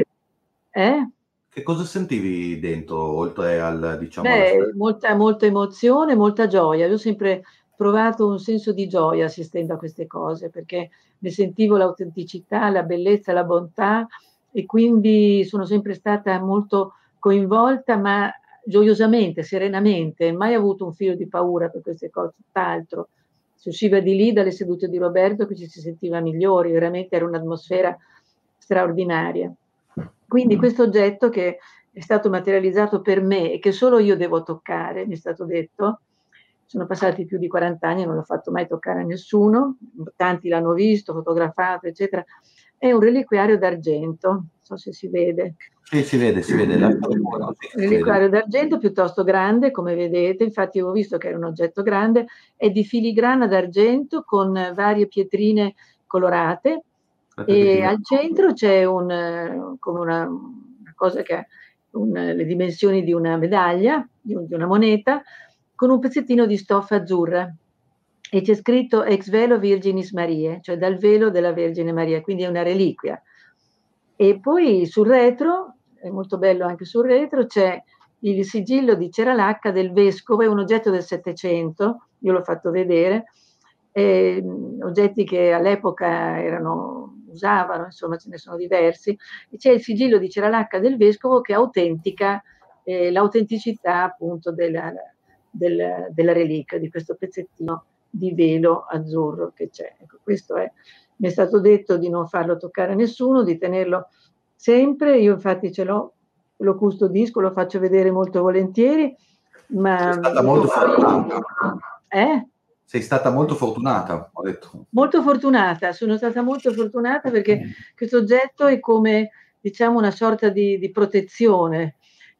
Che cosa sentivi dentro, oltre al, diciamo, molta emozione, molta gioia. Io ho sempre provato un senso di gioia assistendo a queste cose, perché ne sentivo l'autenticità, la bellezza, la bontà, e quindi sono sempre stata molto coinvolta, ma gioiosamente, serenamente, mai avuto un filo di paura per queste cose, tutt'altro. Si usciva di lì dalle sedute di Roberto che ci si sentiva migliori, veramente era un'atmosfera straordinaria. Quindi questo oggetto che è stato materializzato per me e che solo io devo toccare, mi è stato detto, sono passati più di 40 anni, non l'ho fatto mai toccare a nessuno, tanti l'hanno visto, fotografato, eccetera, è un reliquiario d'argento, non so se si vede. Sì, si vede. Un reliquiario d'argento piuttosto grande, come vedete, infatti avevo visto che era un oggetto grande, è di filigrana d'argento con varie pietrine colorate, e al centro c'è come una cosa che ha le dimensioni di una medaglia, di una moneta, con un pezzettino di stoffa azzurra, e c'è scritto Ex velo Virginis Mariae, cioè dal velo della Vergine Maria, quindi è una reliquia. E poi sul retro, è molto bello anche sul retro, c'è il sigillo di cera lacca del vescovo, è un oggetto del Settecento, io l'ho fatto vedere, oggetti che all'epoca usavano, insomma ce ne sono diversi, e c'è il sigillo di cera lacca del vescovo che autentica l'autenticità appunto della reliquia, di questo pezzettino di velo azzurro che c'è. Ecco, questo è. Mi è stato detto di non farlo toccare a nessuno, di tenerlo sempre, io infatti ce l'ho, lo custodisco, lo faccio vedere molto volentieri, ma... Sei stata molto fortunata. Sei stata molto fortunata, ho detto. Molto fortunata, sono stata molto fortunata perché questo oggetto è come, diciamo, una sorta di protezione.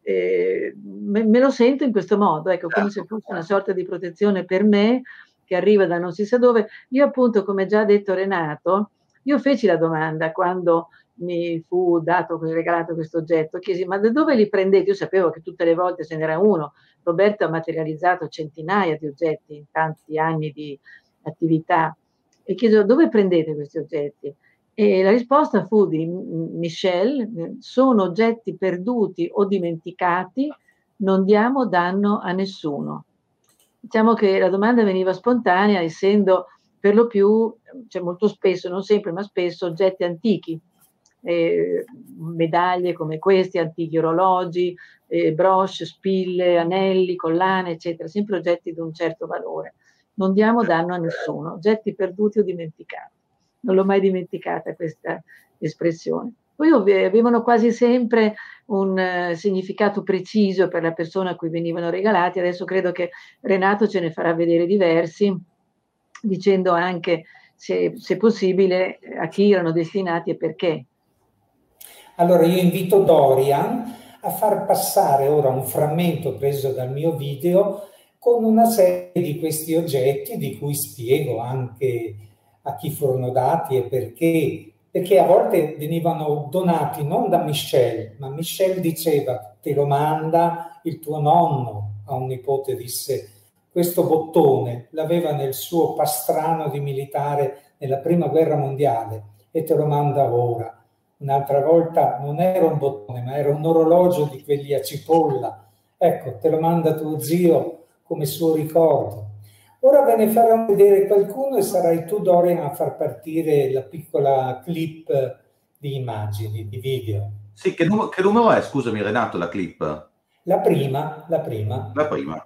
Me lo sento in questo modo, ecco, come se fosse una sorta di protezione per me, che arriva da non si sa dove. Io appunto, come già detto Renato, io feci la domanda quando mi fu regalato questo oggetto, chiesi: ma da dove li prendete? Io sapevo che tutte le volte ce n'era uno. Roberto ha materializzato centinaia di oggetti in tanti anni di attività, e chiedo: dove prendete questi oggetti? E la risposta fu di Michel: sono oggetti perduti o dimenticati, non diamo danno a nessuno. Diciamo che la domanda veniva spontanea, essendo per lo più, cioè molto spesso, non sempre, ma spesso, oggetti antichi, medaglie come questi, antichi orologi, brooche, spille, anelli, collane, eccetera, sempre oggetti di un certo valore. Non diamo danno a nessuno, oggetti perduti o dimenticati. Non l'ho mai dimenticata questa espressione. Poi avevano quasi sempre un significato preciso per la persona a cui venivano regalati. Adesso credo che Renato ce ne farà vedere diversi, dicendo anche, se possibile, a chi erano destinati e perché. Allora io invito Dorian a far passare ora un frammento preso dal mio video con una serie di questi oggetti di cui spiego anche a chi furono dati e perché a volte venivano donati non da Michel, ma Michel diceva: te lo manda il tuo nonno. A un nipote disse: questo bottone l'aveva nel suo pastrano di militare nella prima guerra mondiale e te lo manda ora. Un'altra volta non era un bottone, ma era un orologio di quelli a cipolla. Ecco, te lo manda tuo zio come suo ricordo. Ora ve ne farò vedere qualcuno e sarai tu, Dorian, a far partire la piccola clip di immagini, di video. Sì, che numero è, scusami Renato, la clip? La prima, la prima. La prima.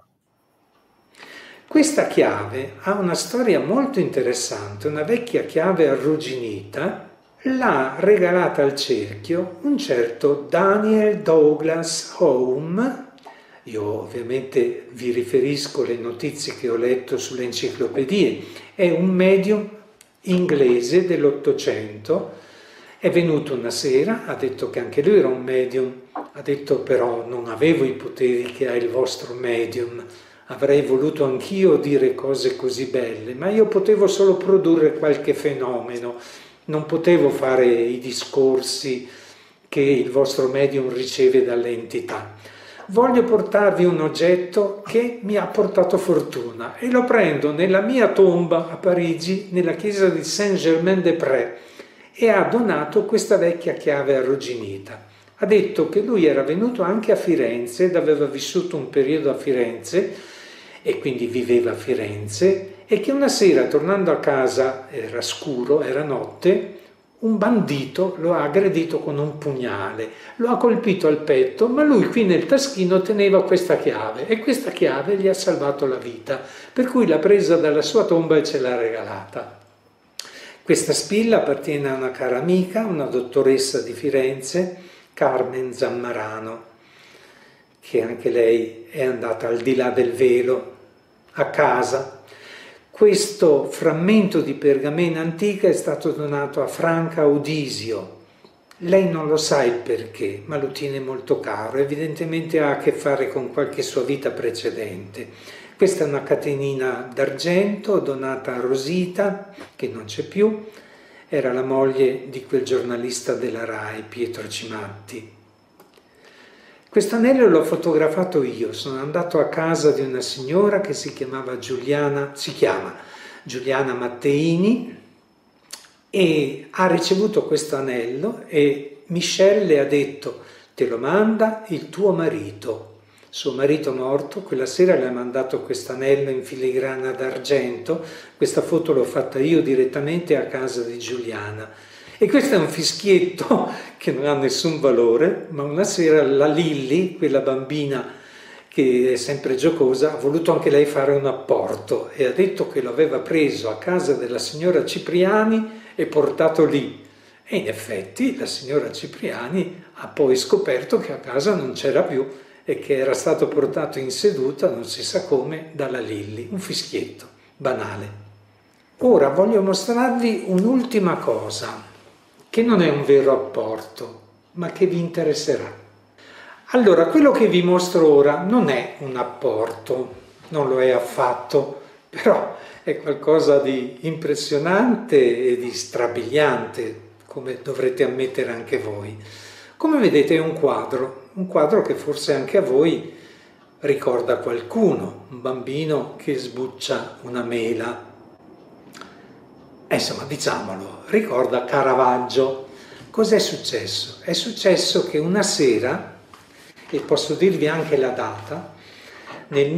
Questa chiave ha una storia molto interessante, una vecchia chiave arrugginita, l'ha regalata al cerchio un certo Daniel Douglas Home. Io ovviamente vi riferisco le notizie che ho letto sulle enciclopedie. È un medium inglese dell'Ottocento. È venuto una sera, ha detto che anche lui era un medium, ha detto però non avevo i poteri che ha il vostro medium, avrei voluto anch'io dire cose così belle, ma io potevo solo produrre qualche fenomeno, non potevo fare i discorsi che il vostro medium riceve dalle entità. Voglio portarvi un oggetto che mi ha portato fortuna e lo prendo nella mia tomba a Parigi, nella chiesa di Saint-Germain-des-Prés, e ha donato questa vecchia chiave arrugginita. Ha detto che lui era venuto anche a Firenze ed aveva vissuto un periodo a Firenze e quindi viveva a Firenze, e che una sera tornando a casa, era scuro, era notte, un bandito lo ha aggredito con un pugnale, lo ha colpito al petto, ma lui qui nel taschino teneva questa chiave e questa chiave gli ha salvato la vita, per cui l'ha presa dalla sua tomba e ce l'ha regalata. Questa spilla appartiene a una cara amica, una dottoressa di Firenze, Carmen Zammarano, che anche lei è andata al di là del velo, a casa. Questo frammento di pergamena antica è stato donato a Franca Audisio. Lei non lo sa il perché, ma lo tiene molto caro, evidentemente ha a che fare con qualche sua vita precedente. Questa è una catenina d'argento donata a Rosita, che non c'è più, era la moglie di quel giornalista della RAI, Pietro Cimatti. Questo anello l'ho fotografato io, sono andato a casa di una signora che si chiama Giuliana Matteini, e ha ricevuto questo anello e Michelle le ha detto: te lo manda il tuo marito. Suo marito morto, quella sera le ha mandato questo anello in filigrana d'argento. Questa foto l'ho fatta io direttamente a casa di Giuliana. E questo è un fischietto che non ha nessun valore, ma una sera la Lilli, quella bambina che è sempre giocosa, ha voluto anche lei fare un apporto e ha detto che lo aveva preso a casa della signora Cipriani e portato lì. E in effetti la signora Cipriani ha poi scoperto che a casa non c'era più e che era stato portato in seduta, non si sa come, dalla Lilli. Un fischietto banale. Ora voglio mostrarvi un'ultima cosa, che non è un vero apporto, ma che vi interesserà. Allora, quello che vi mostro ora non è un apporto, non lo è affatto, però è qualcosa di impressionante e di strabiliante, come dovrete ammettere anche voi. Come vedete è un quadro che forse anche a voi ricorda qualcuno, un bambino che sbuccia una mela. Insomma, diciamolo, ricorda Caravaggio. Cos'è successo? È successo che una sera, e posso dirvi anche la data, nel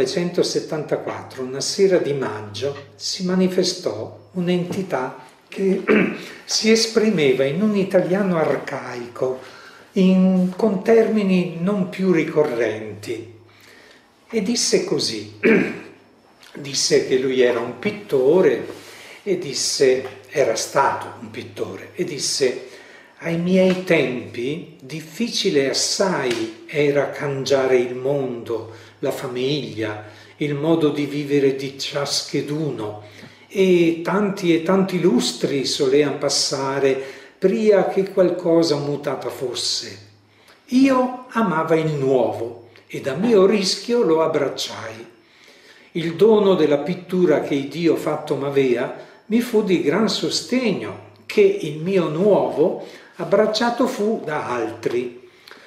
1974, una sera di maggio, si manifestò un'entità che si esprimeva in un italiano arcaico, con termini non più ricorrenti, e disse così, disse che lui era un pittore, e disse, era stato un pittore, e disse: ai miei tempi difficile assai era cangiare il mondo, la famiglia, il modo di vivere di ciascheduno, e tanti lustri solean passare pria che qualcosa mutata fosse. Io amava il nuovo ed a mio rischio lo abbracciai. Il dono della pittura che Dio fatto m'avea mi fu di gran sostegno, che il mio nuovo abbracciato fu da altri.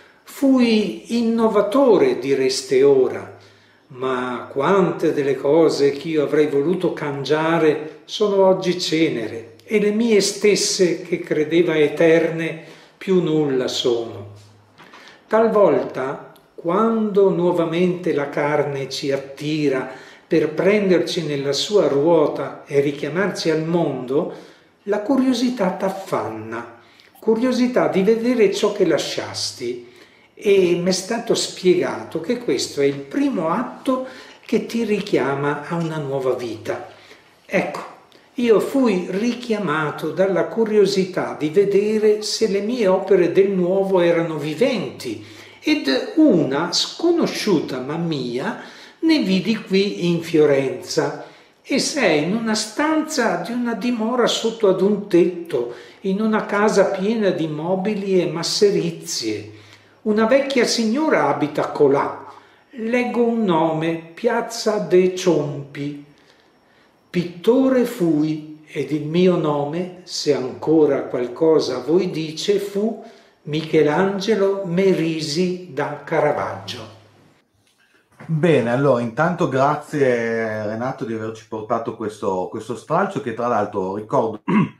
Fui innovatore, direste ora, ma quante delle cose che io avrei voluto cangiare sono oggi cenere, e le mie stesse che credeva eterne più nulla sono. Talvolta, quando nuovamente la carne ci attira per prenderci nella sua ruota e richiamarci al mondo, la curiosità t'affanna, curiosità di vedere ciò che lasciasti. E mi è stato spiegato che questo è il primo atto che ti richiama a una nuova vita. Ecco, io fui richiamato dalla curiosità di vedere se le mie opere del nuovo erano viventi, ed una sconosciuta ma mia ne vidi qui in Fiorenza. E sei in una stanza di una dimora sotto ad un tetto, in una casa piena di mobili e masserizie. Una vecchia signora abita colà. Leggo un nome, Piazza de' Ciompi. Pittore fui, ed il mio nome, se ancora qualcosa a voi dice, fu Michelangelo Merisi da Caravaggio. Bene, allora intanto grazie Renato di averci portato questo stralcio, che tra l'altro ricordo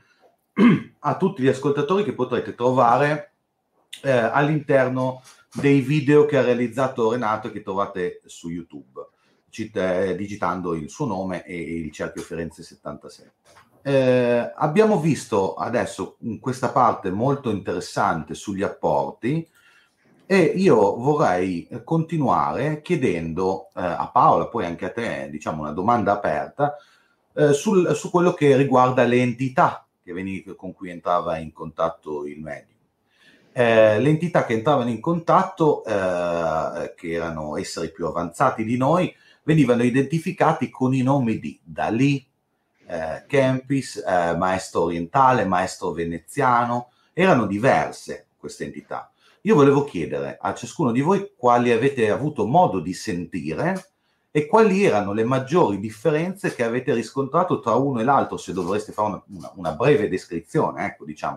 a tutti gli ascoltatori che potrete trovare all'interno dei video che ha realizzato Renato, che trovate su YouTube, digitando il suo nome e il Cerchio Firenze 77. Abbiamo visto adesso in questa parte molto interessante sugli apporti, e io vorrei continuare chiedendo a Paola, poi anche a te, diciamo una domanda aperta su quello che riguarda le entità con cui entrava in contatto il medium. Le entità che entravano in contatto, che erano esseri più avanzati di noi, venivano identificati con i nomi di Dalì, Kempis, maestro orientale, maestro veneziano. Erano diverse queste entità. Io volevo chiedere a ciascuno di voi quali avete avuto modo di sentire e quali erano le maggiori differenze che avete riscontrato tra uno e l'altro, se dovreste fare una breve descrizione, ecco, diciamo,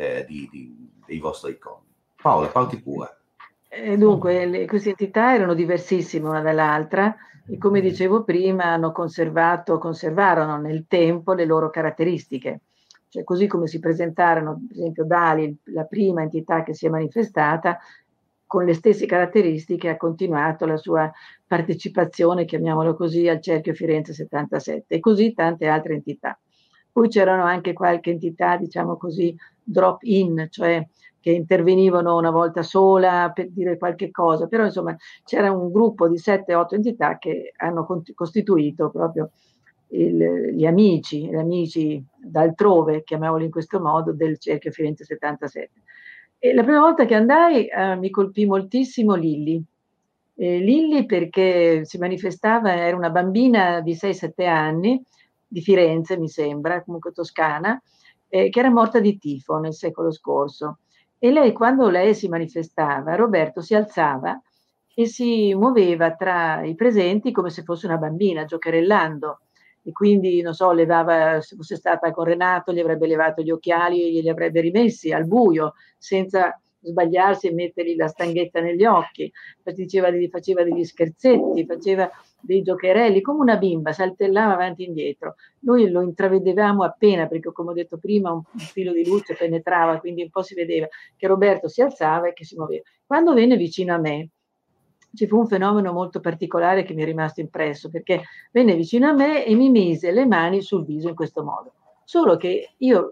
dei vostri ricordi. Paola, parti pure. Dunque, queste entità erano diversissime una dall'altra e, come dicevo prima, conservarono nel tempo le loro caratteristiche. Cioè, così come si presentarono, per esempio, Dali, la prima entità che si è manifestata, con le stesse caratteristiche ha continuato la sua partecipazione, chiamiamolo così, al Cerchio Firenze 77, e così tante altre entità. Poi c'erano anche qualche entità, diciamo così, drop-in, cioè che intervenivano una volta sola per dire qualche cosa, però insomma c'era un gruppo di 7-8 entità che hanno costituito proprio gli amici d'altrove, chiamiamoli in questo modo, del Cerchio Firenze 77. E la prima volta che andai mi colpì moltissimo Lilli. Lilli perché si manifestava, era una bambina di 6-7 anni, di Firenze mi sembra, comunque toscana, che era morta di tifo nel secolo scorso. E lei, quando lei si manifestava, Roberto si alzava e si muoveva tra i presenti come se fosse una bambina, giocherellando. E quindi, non so, se fosse stata con Renato, gli avrebbe levato gli occhiali e glieli avrebbe rimessi al buio, senza sbagliarsi e mettergli la stanghetta negli occhi. Faceva degli scherzetti, faceva dei giocherelli, come una bimba, saltellava avanti e indietro. Noi lo intravedevamo appena, perché come ho detto prima un filo di luce penetrava, quindi un po' si vedeva che Roberto si alzava e che si muoveva. Quando venne vicino a me, ci fu un fenomeno molto particolare che mi è rimasto impresso, perché venne vicino a me e mi mise le mani sul viso in questo modo. Solo che io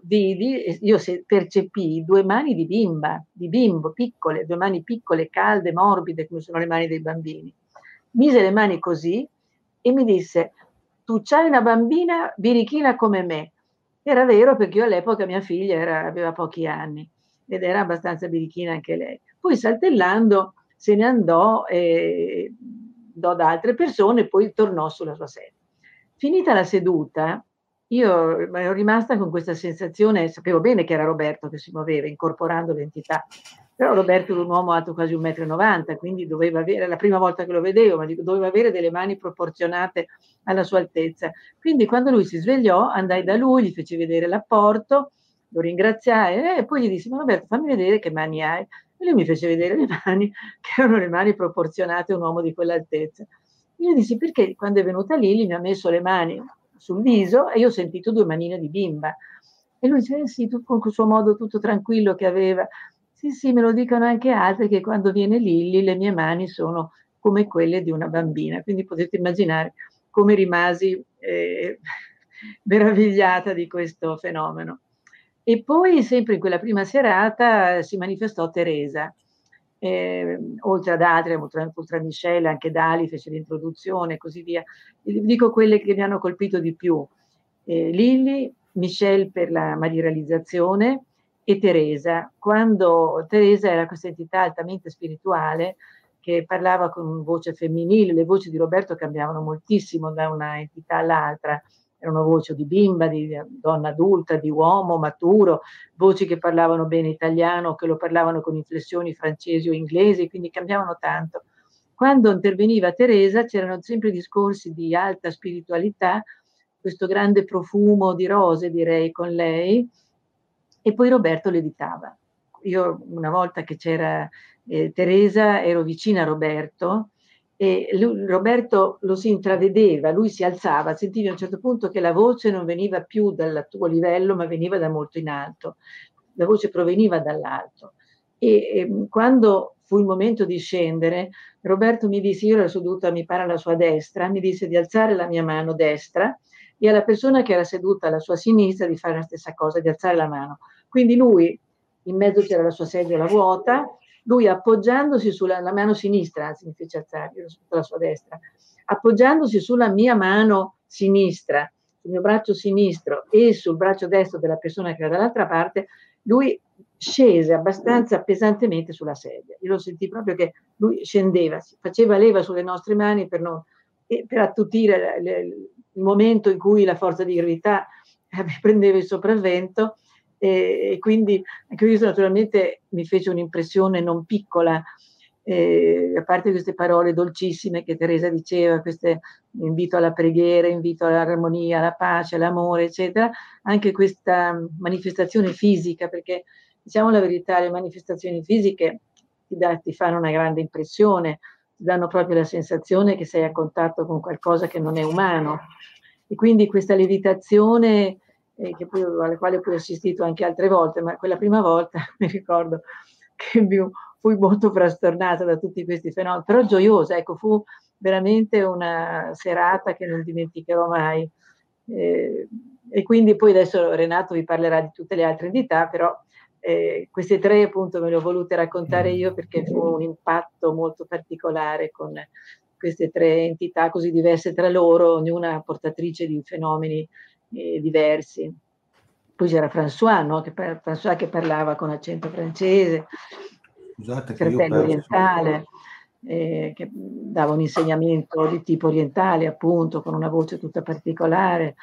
percepii due mani di bimbo, piccole, due mani piccole, calde, morbide, come sono le mani dei bambini. Mise le mani così e mi disse: tu c'hai una bambina birichina come me. Era vero, perché io all'epoca mia figlia aveva pochi anni ed era abbastanza birichina anche lei. Poi saltellando se ne andò da altre persone e poi tornò sulla sua sedia. Finita la seduta, io ero rimasta con questa sensazione, sapevo bene che era Roberto che si muoveva incorporando l'entità, però Roberto era un uomo alto quasi 1,90 m, quindi doveva avere, la prima volta che lo vedevo, ma doveva avere delle mani proporzionate alla sua altezza. Quindi quando lui si svegliò, andai da lui, gli feci vedere l'apporto, lo ringraziai e poi gli dissi: ma Roberto, fammi vedere che mani hai. E lui mi fece vedere le mani, che erano le mani proporzionate a un uomo di quell'altezza. Io dissi: perché quando è venuta Lili mi ha messo le mani sul viso e io ho sentito due manine di bimba. E lui dice: sì, con quel suo modo tutto tranquillo che aveva. Sì, me lo dicono anche altri, che quando viene Lilli le mie mani sono come quelle di una bambina. Quindi potete immaginare come rimasi meravigliata di questo fenomeno. E poi, sempre in quella prima serata, si manifestò Teresa, oltre ad altri, oltre a Michele, anche Dali fece l'introduzione e così via. Dico quelle che mi hanno colpito di più. Lilli, Michele per la materializzazione e Teresa, quando Teresa era questa entità altamente spirituale che parlava con voce femminile. Le voci di Roberto cambiavano moltissimo da una entità all'altra. Erano voci di bimba, di donna adulta, di uomo maturo, voci che parlavano bene italiano, che lo parlavano con inflessioni francesi o inglesi, quindi cambiavano tanto. Quando interveniva Teresa c'erano sempre discorsi di alta spiritualità, questo grande profumo di rose, direi, con lei, e poi Roberto levitava. Io una volta che c'era Teresa ero vicina a Roberto, e Roberto lo si intravedeva, lui si alzava, sentivi a un certo punto che la voce non veniva più dal tuo livello, ma veniva da molto in alto, la voce proveniva dall'alto. E quando fu il momento di scendere, Roberto mi disse, io ero seduta, mi pare alla sua destra, mi disse di alzare la mia mano destra e alla persona che era seduta alla sua sinistra di fare la stessa cosa, di alzare la mano. Quindi lui, in mezzo c'era la sua seggiola vuota, lui appoggiandosi sulla la mano sinistra, anzi mi fece alzare, io ero sulla sua destra, appoggiandosi sulla mia mano sinistra, sul mio braccio sinistro e sul braccio destro della persona che era dall'altra parte, lui scese abbastanza pesantemente sulla sedia. Io lo sentì proprio che lui scendeva, faceva leva sulle nostre mani per attutire il momento in cui la forza di gravità prendeva il sopravvento. E quindi anche questo naturalmente mi fece un'impressione non piccola, a parte queste parole dolcissime che Teresa diceva, questo invito alla preghiera, invito all'armonia, alla pace, all'amore, eccetera, anche questa manifestazione fisica, perché diciamo la verità, le manifestazioni fisiche ti fanno una grande impressione, ti danno proprio la sensazione che sei a contatto con qualcosa che non è umano, e quindi questa levitazione alle quali poi ho assistito anche altre volte, ma quella prima volta mi ricordo che fui molto frastornata da tutti questi fenomeni, però gioiosa, ecco, fu veramente una serata che non dimenticherò mai. E quindi poi adesso Renato vi parlerà di tutte le altre entità, però queste tre appunto me le ho volute raccontare io perché fu un impatto molto particolare con queste tre entità così diverse tra loro, ognuna portatrice di fenomeni diversi. Poi c'era François, no? François che parlava con accento francese, fratello orientale, che dava un insegnamento di tipo orientale, appunto, con una voce tutta particolare.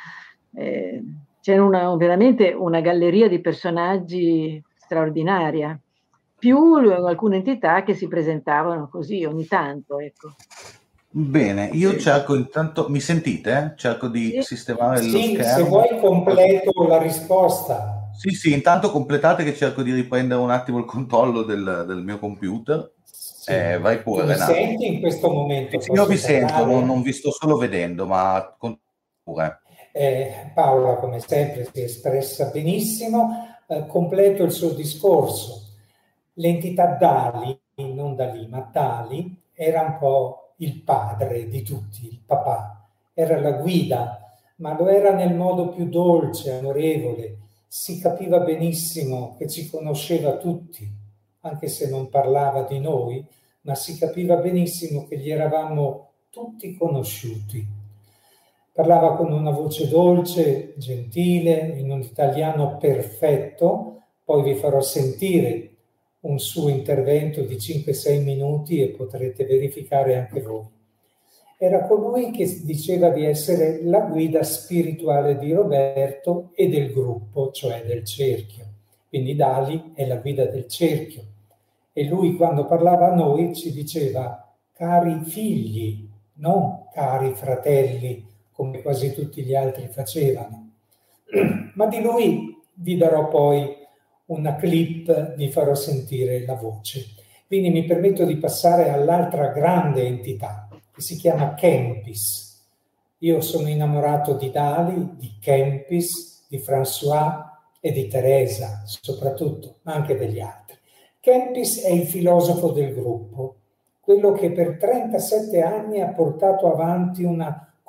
C'era veramente una galleria di personaggi straordinaria, più alcune entità che si presentavano così ogni tanto, ecco. Bene, io cerco intanto, mi sentite? Cerco di sistemare lo schermo. Se vuoi completo la risposta. Sì, intanto completate che cerco di riprendere un attimo il controllo del mio computer. Sì. Vai pure, Renato. Mi senti in questo momento? Sì, io vi sento, non vi sto solo vedendo, ma pure. Paola, come sempre, si è espressa benissimo. Completo il suo discorso. L'entità Dali, non Dalì, ma Dali, era un po' il padre di tutti, il papà, era la guida, ma lo era nel modo più dolce, amorevole. Si capiva benissimo che ci conosceva tutti, anche se non parlava di noi, ma si capiva benissimo che gli eravamo tutti conosciuti. Parlava con una voce dolce, gentile, in un italiano perfetto. Poi vi farò sentire un suo intervento di 5-6 minuti e potrete verificare anche voi. Era colui che diceva di essere la guida spirituale di Roberto e del gruppo, cioè del cerchio. Quindi Dali è la guida del cerchio. E lui, quando parlava a noi, ci diceva cari figli, non cari fratelli, come quasi tutti gli altri facevano. Ma di lui vi darò poi una clip, vi farò sentire la voce. Quindi mi permetto di passare all'altra grande entità, che si chiama Kempis. Io sono innamorato di Dali, di Kempis, di François e di Teresa, soprattutto, ma anche degli altri. Kempis è il filosofo del gruppo, quello che per 37 anni ha portato avanti una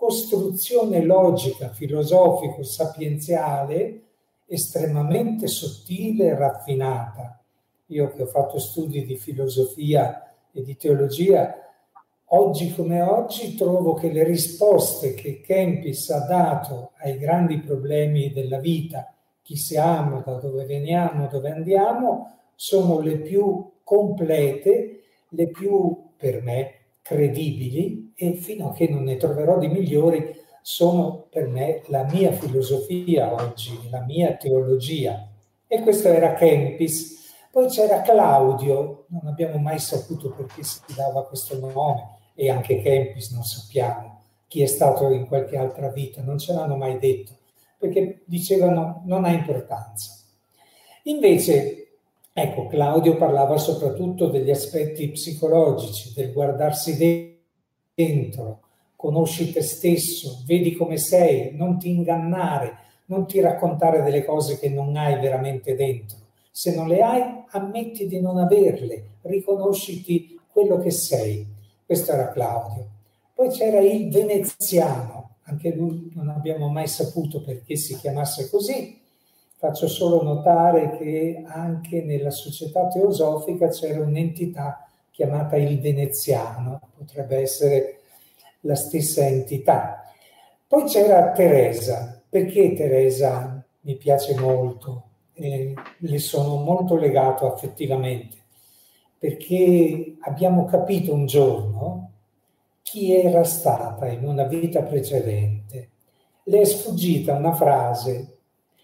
costruzione logica, filosofico-sapienziale estremamente sottile e raffinata. Io che ho fatto studi di filosofia e di teologia, oggi come oggi trovo che le risposte che Kempis ha dato ai grandi problemi della vita, chi siamo, da dove veniamo, dove andiamo, sono le più complete, le più, per me, credibili, e fino a che non ne troverò di migliori, sono per me la mia filosofia oggi, la mia teologia. E questo era Kempis. Poi c'era Claudio, non abbiamo mai saputo perché si dava questo nome, e anche Kempis non sappiamo chi è stato in qualche altra vita, non ce l'hanno mai detto, perché dicevano non ha importanza. Invece, ecco, Claudio parlava soprattutto degli aspetti psicologici, del guardarsi dentro, conosci te stesso, vedi come sei, non ti ingannare, non ti raccontare delle cose che non hai veramente dentro. Se non le hai, ammetti di non averle, riconosciti quello che sei. Questo era Claudio. Poi c'era il veneziano, anche lui non abbiamo mai saputo perché si chiamasse così. Faccio solo notare che anche nella società teosofica c'era un'entità chiamata il veneziano, potrebbe essere la stessa entità. Poi c'era Teresa. Perché Teresa mi piace molto? Le sono molto legato affettivamente, perché abbiamo capito un giorno chi era stata in una vita precedente. Le è sfuggita una frase.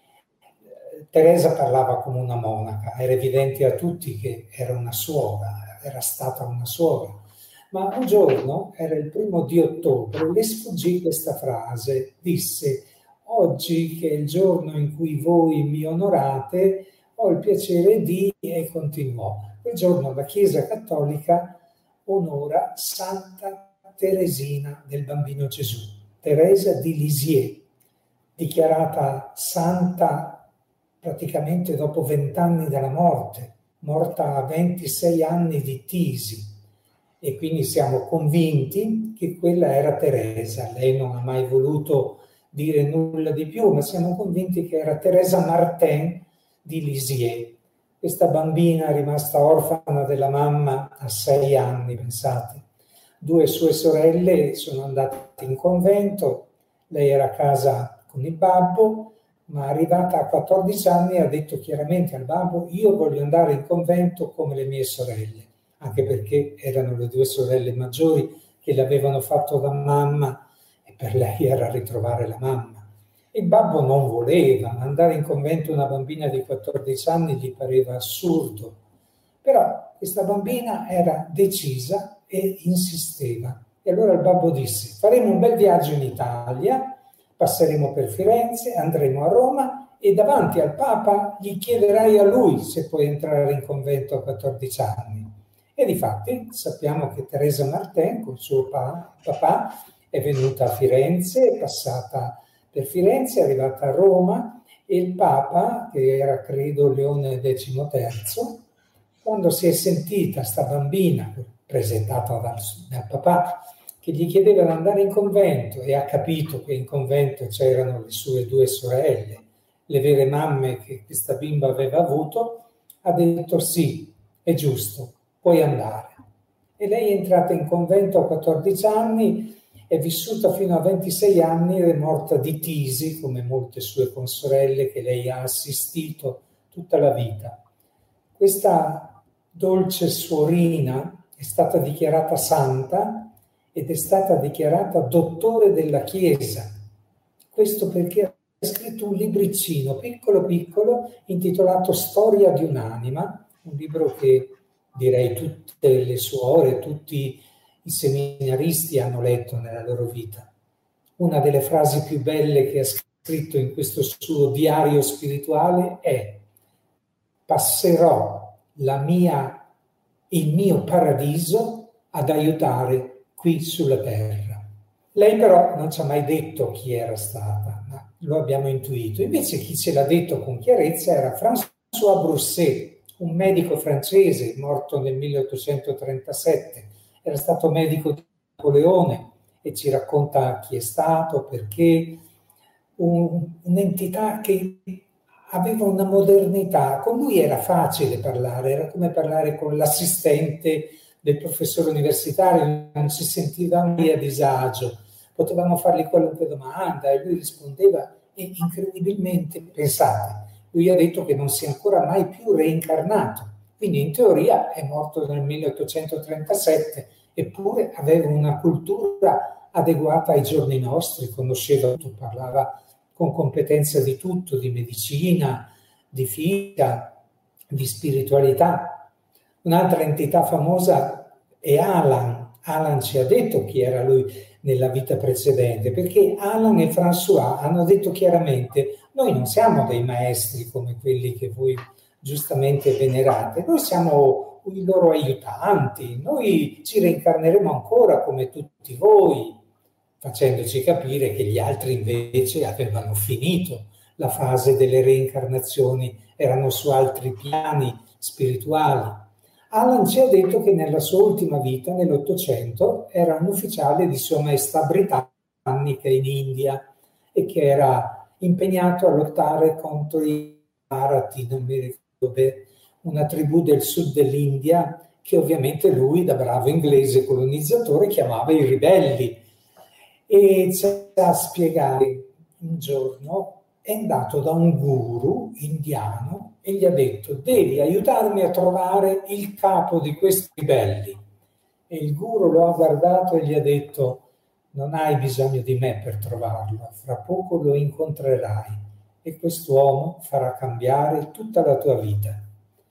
Teresa parlava come una monaca, era evidente a tutti che era una suora, era stata una suora, ma un giorno, era il 1° di ottobre, le sfuggì questa frase, disse: oggi che è il giorno in cui voi mi onorate, ho il piacere di, e continuò. Quel giorno la Chiesa Cattolica onora Santa Teresina del Bambino Gesù, Teresa di Lisieux, dichiarata santa praticamente dopo 20 anni dalla morte, morta a 26 anni di tisi, e quindi siamo convinti che quella era Teresa. Lei non ha mai voluto dire nulla di più, ma siamo convinti che era Teresa Martin di Lisieux. Questa bambina rimasta orfana della mamma a 6 anni, pensate. 2 sue sorelle sono andate in convento, lei era a casa con il babbo, ma arrivata a 14 anni ha detto chiaramente al babbo: io voglio andare in convento come le mie sorelle, anche perché erano le 2 sorelle maggiori che l'avevano fatto da mamma, e per lei era ritrovare la mamma. Il babbo non voleva, mandare in convento una bambina di 14 anni gli pareva assurdo, però questa bambina era decisa e insisteva. E allora il babbo disse: faremo un bel viaggio in Italia, passeremo per Firenze, andremo a Roma e davanti al Papa gli chiederai a lui se puoi entrare in convento a 14 anni. E difatti sappiamo che Teresa Martin con suo papà è venuta a Firenze, è passata per Firenze, è arrivata a Roma, e il Papa, che era credo Leone XIII, quando si è sentita sta bambina presentata dal papà che gli chiedeva di andare in convento, e ha capito che in convento c'erano le sue 2 sorelle, le vere mamme che questa bimba aveva avuto, ha detto: sì, è giusto, puoi andare. E lei è entrata in convento a 14 anni, è vissuta fino a 26 anni ed è morta di tisi, come molte sue consorelle che lei ha assistito tutta la vita. Questa dolce suorina è stata dichiarata santa ed è stata dichiarata dottore della Chiesa. Questo perché ha scritto un libricino piccolo piccolo intitolato Storia di un'anima, un libro che direi tutte le suore, tutti i seminaristi hanno letto nella loro vita. Una delle frasi più belle che ha scritto in questo suo diario spirituale è: passerò il mio paradiso ad aiutare qui sulla terra. Lei però non ci ha mai detto chi era stata, ma lo abbiamo intuito. Invece chi ce l'ha detto con chiarezza era François Broussais, un medico francese morto nel 1837. Era stato medico di Napoleone e ci racconta chi è stato, perché, un'entità che aveva una modernità. Con lui era facile parlare, era come parlare con l'assistente del professore universitario, non si sentiva mai a disagio, potevamo fargli qualunque domanda e lui rispondeva, e incredibilmente, pensate, lui ha detto che non si è ancora mai più reincarnato, quindi in teoria è morto nel 1837, eppure aveva una cultura adeguata ai giorni nostri, conosceva tutto, parlava con competenza di tutto, di medicina, di fisica, di spiritualità. Un'altra entità famosa è Alan. Alan ci ha detto chi era lui nella vita precedente, perché Alan e François hanno detto chiaramente: noi non siamo dei maestri come quelli che voi giustamente venerate, noi siamo i loro aiutanti, noi ci reincarneremo ancora come tutti voi, facendoci capire che gli altri invece avevano finito la fase delle reincarnazioni, erano su altri piani spirituali. Alan ci ha detto che nella sua ultima vita, nell'Ottocento, era un ufficiale di Sua Maestà britannica in India e che era impegnato a lottare contro i Marathi, non mi ricordo bene, una tribù del sud dell'India che ovviamente lui, da bravo inglese colonizzatore, chiamava i ribelli. E ci ha spiegato un giorno è andato da un guru indiano e gli ha detto: devi aiutarmi a trovare il capo di questi ribelli. E il guru lo ha guardato e gli ha detto: non hai bisogno di me per trovarlo, fra poco lo incontrerai e quest'uomo farà cambiare tutta la tua vita.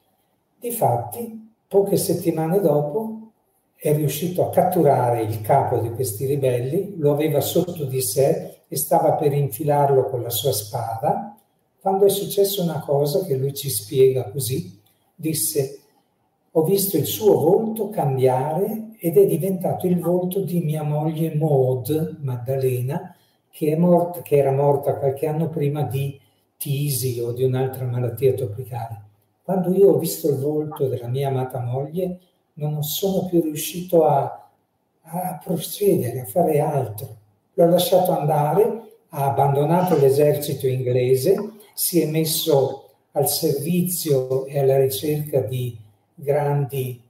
Difatti, poche settimane dopo è riuscito a catturare il capo di questi ribelli, lo aveva sotto di sé e stava per infilarlo con la sua spada, quando è successa una cosa che lui ci spiega così. Disse: ho visto il suo volto cambiare ed è diventato il volto di mia moglie Maud, Maddalena, che era morta qualche anno prima di tisi o di un'altra malattia tropicale. Quando io ho visto il volto della mia amata moglie, non sono più riuscito a procedere, a fare altro. L'ho lasciato andare, ha abbandonato l'esercito inglese, si è messo al servizio e alla ricerca di grandi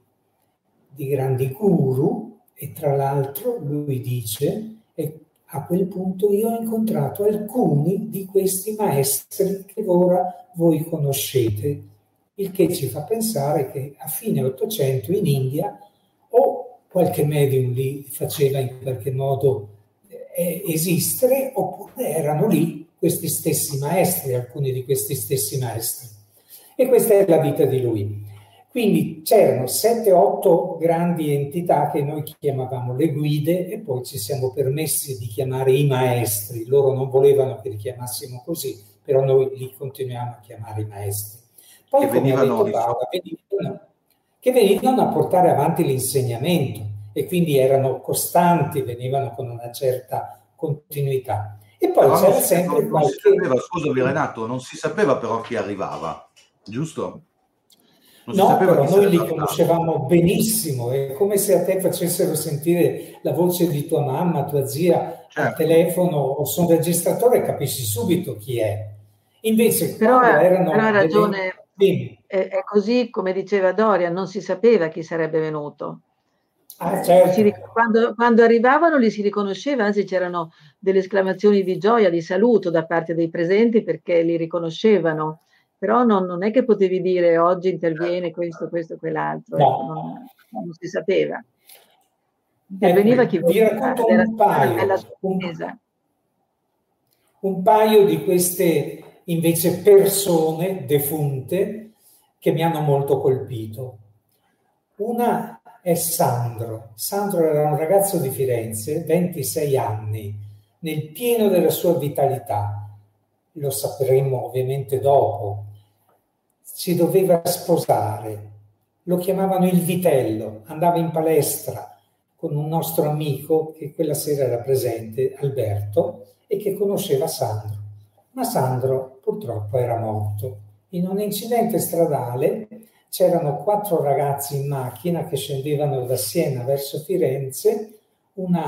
guru, e tra l'altro lui dice, e a quel punto io ho incontrato alcuni di questi maestri che ora voi conoscete, il che ci fa pensare che a fine Ottocento in India o qualche medium lì faceva in qualche modo esistere, oppure erano lì questi stessi maestri, alcuni di questi stessi maestri. E questa è la vita di lui. Quindi c'erano 7-8 grandi entità che noi chiamavamo le guide e poi ci siamo permessi di chiamare i maestri. Loro non volevano che li chiamassimo così, però noi li continuiamo a chiamare i maestri. Poi, come ha detto Paola, che venivano a portare avanti l'insegnamento e quindi erano costanti, venivano con una certa continuità. E poi però c'era sempre qualche... Scusami Renato, non si sapeva però chi arrivava, giusto? No, però noi li conoscevamo benissimo, è come se a te facessero sentire la voce di tua mamma, tua zia, certo, al telefono o su un registratore e capisci subito chi è. Invece però ha ragione, è così come diceva Dorian, non si sapeva chi sarebbe venuto. Certo. Quando arrivavano li si riconosceva, anzi c'erano delle esclamazioni di gioia, di saluto da parte dei presenti perché li riconoscevano. Però non è che potevi dire oggi interviene questo e quell'altro, no. Ecco, non si sapeva. Interveniva chi voleva, era una bella sorpresa. Un paio di queste invece persone defunte che mi hanno molto colpito. Una è Sandro. Sandro era un ragazzo di Firenze, 26 anni, nel pieno della sua vitalità. Lo sapremo ovviamente dopo. Si doveva sposare, lo chiamavano il vitello, andava in palestra con un nostro amico che quella sera era presente, Alberto, e che conosceva Sandro. Ma Sandro purtroppo era morto. In un incidente stradale c'erano 4 ragazzi in macchina che scendevano da Siena verso Firenze, una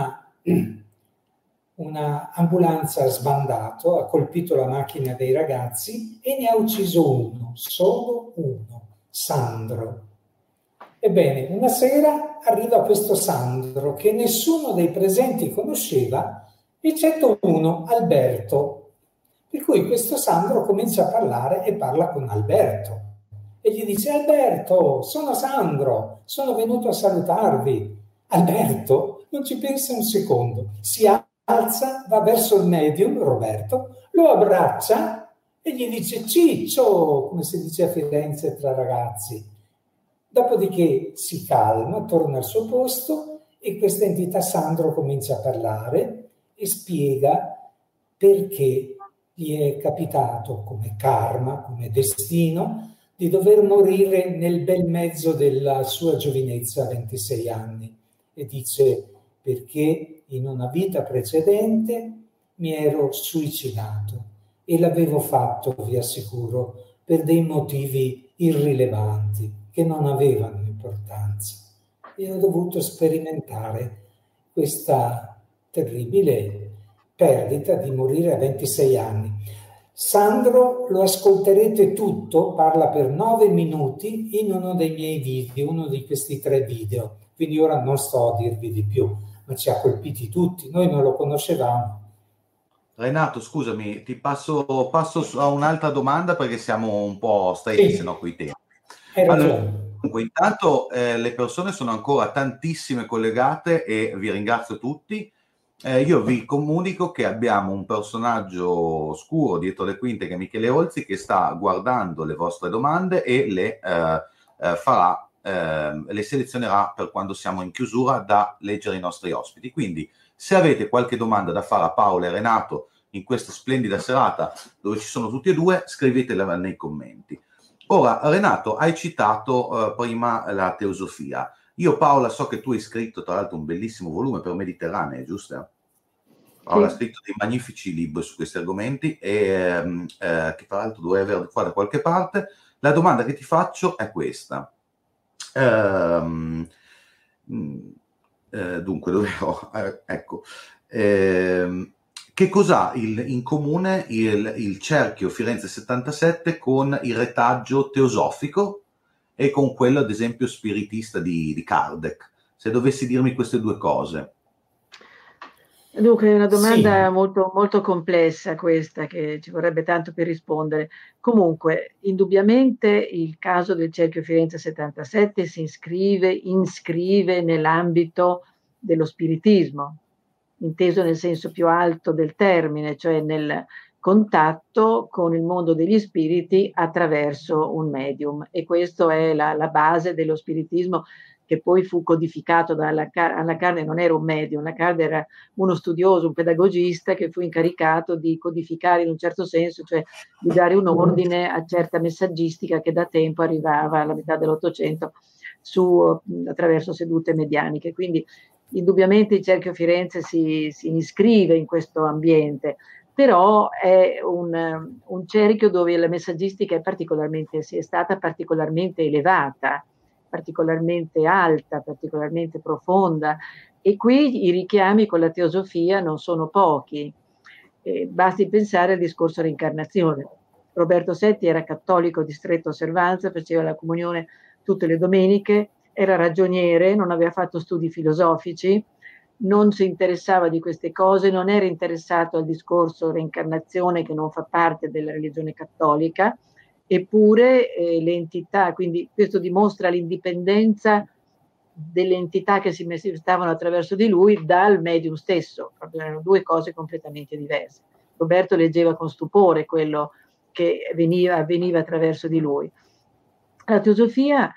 una ambulanza ha sbandato, ha colpito la macchina dei ragazzi e ne ha ucciso uno, solo uno, Sandro. Ebbene, una sera arriva questo Sandro che nessuno dei presenti conosceva, eccetto uno, Alberto. Per cui questo Sandro comincia a parlare e parla con Alberto. E gli dice: Alberto, sono Sandro, sono venuto a salutarvi. Alberto non ci pensa un secondo, si alza, va verso il medium, Roberto, lo abbraccia e gli dice Ciccio, come si dice a Firenze tra ragazzi. Dopodiché si calma, torna al suo posto e questa entità Sandro comincia a parlare e spiega perché gli è capitato come karma, come destino, di dover morire nel bel mezzo della sua giovinezza a 26 anni. E dice: perché in una vita precedente mi ero suicidato e l'avevo fatto, vi assicuro, per dei motivi irrilevanti che non avevano importanza. E ho dovuto sperimentare questa terribile perdita di morire a 26 anni. Sandro lo ascolterete tutto, parla per 9 minuti in uno dei miei video, uno di questi 3 video. Quindi ora non sto a dirvi di più, ma ci ha colpiti tutti, noi non lo conoscevamo. Renato, scusami, ti passo a un'altra domanda perché siamo un po' stretti, Sì, se no coi tempi. hai ragione. Allora, comunque, intanto le persone sono ancora tantissime collegate e vi ringrazio tutti. Io vi comunico che abbiamo un personaggio oscuro dietro le quinte che è Michele Olzi, che sta guardando le vostre domande e le selezionerà per quando siamo in chiusura da leggere ai nostri ospiti. Quindi se avete qualche domanda da fare a Paola e Renato in questa splendida serata dove ci sono tutti e due, scrivetela nei commenti. Ora, Renato, hai citato prima la teosofia. Io, Paola, so che tu hai scritto tra l'altro un bellissimo volume per Mediterranee, giusto? Paola ha scritto dei magnifici libri su questi argomenti e che tra l'altro dovrei avere qua da qualche parte. La domanda che ti faccio è questa. Dunque, ecco, che cos'ha in comune il cerchio Firenze 77 con il retaggio teosofico e con quello, ad esempio, spiritista di Kardec? Se dovessi dirmi queste due cose. Dunque, è una domanda Sì. molto, molto complessa questa, che ci vorrebbe tanto per rispondere. Comunque, indubbiamente il caso del Cerchio Firenze 77 si inscrive nell'ambito dello spiritismo, inteso nel senso più alto del termine, cioè nel contatto con il mondo degli spiriti attraverso un medium. E questa è la base dello spiritismo, che poi fu codificato dalla Lacan. Non era un medium, Lacan era uno studioso, un pedagogista che fu incaricato di codificare in un certo senso, cioè di dare un ordine a certa messaggistica che da tempo arrivava alla metà dell'Ottocento attraverso sedute medianiche. Quindi indubbiamente il Cerchio Firenze si iscrive in questo ambiente, però è un cerchio dove la messaggistica è stata particolarmente elevata, particolarmente alta, particolarmente profonda, e qui i richiami con la teosofia non sono pochi. Basti pensare al discorso reincarnazione. Roberto Setti era cattolico di stretta osservanza, faceva la comunione tutte le domeniche, era ragioniere, non aveva fatto studi filosofici, non si interessava di queste cose, non era interessato al discorso reincarnazione che non fa parte della religione cattolica. Eppure le entità, quindi questo dimostra l'indipendenza delle entità che si manifestavano attraverso di lui dal medium stesso, proprio erano due cose completamente diverse. Roberto leggeva con stupore quello che avveniva attraverso di lui. La teosofia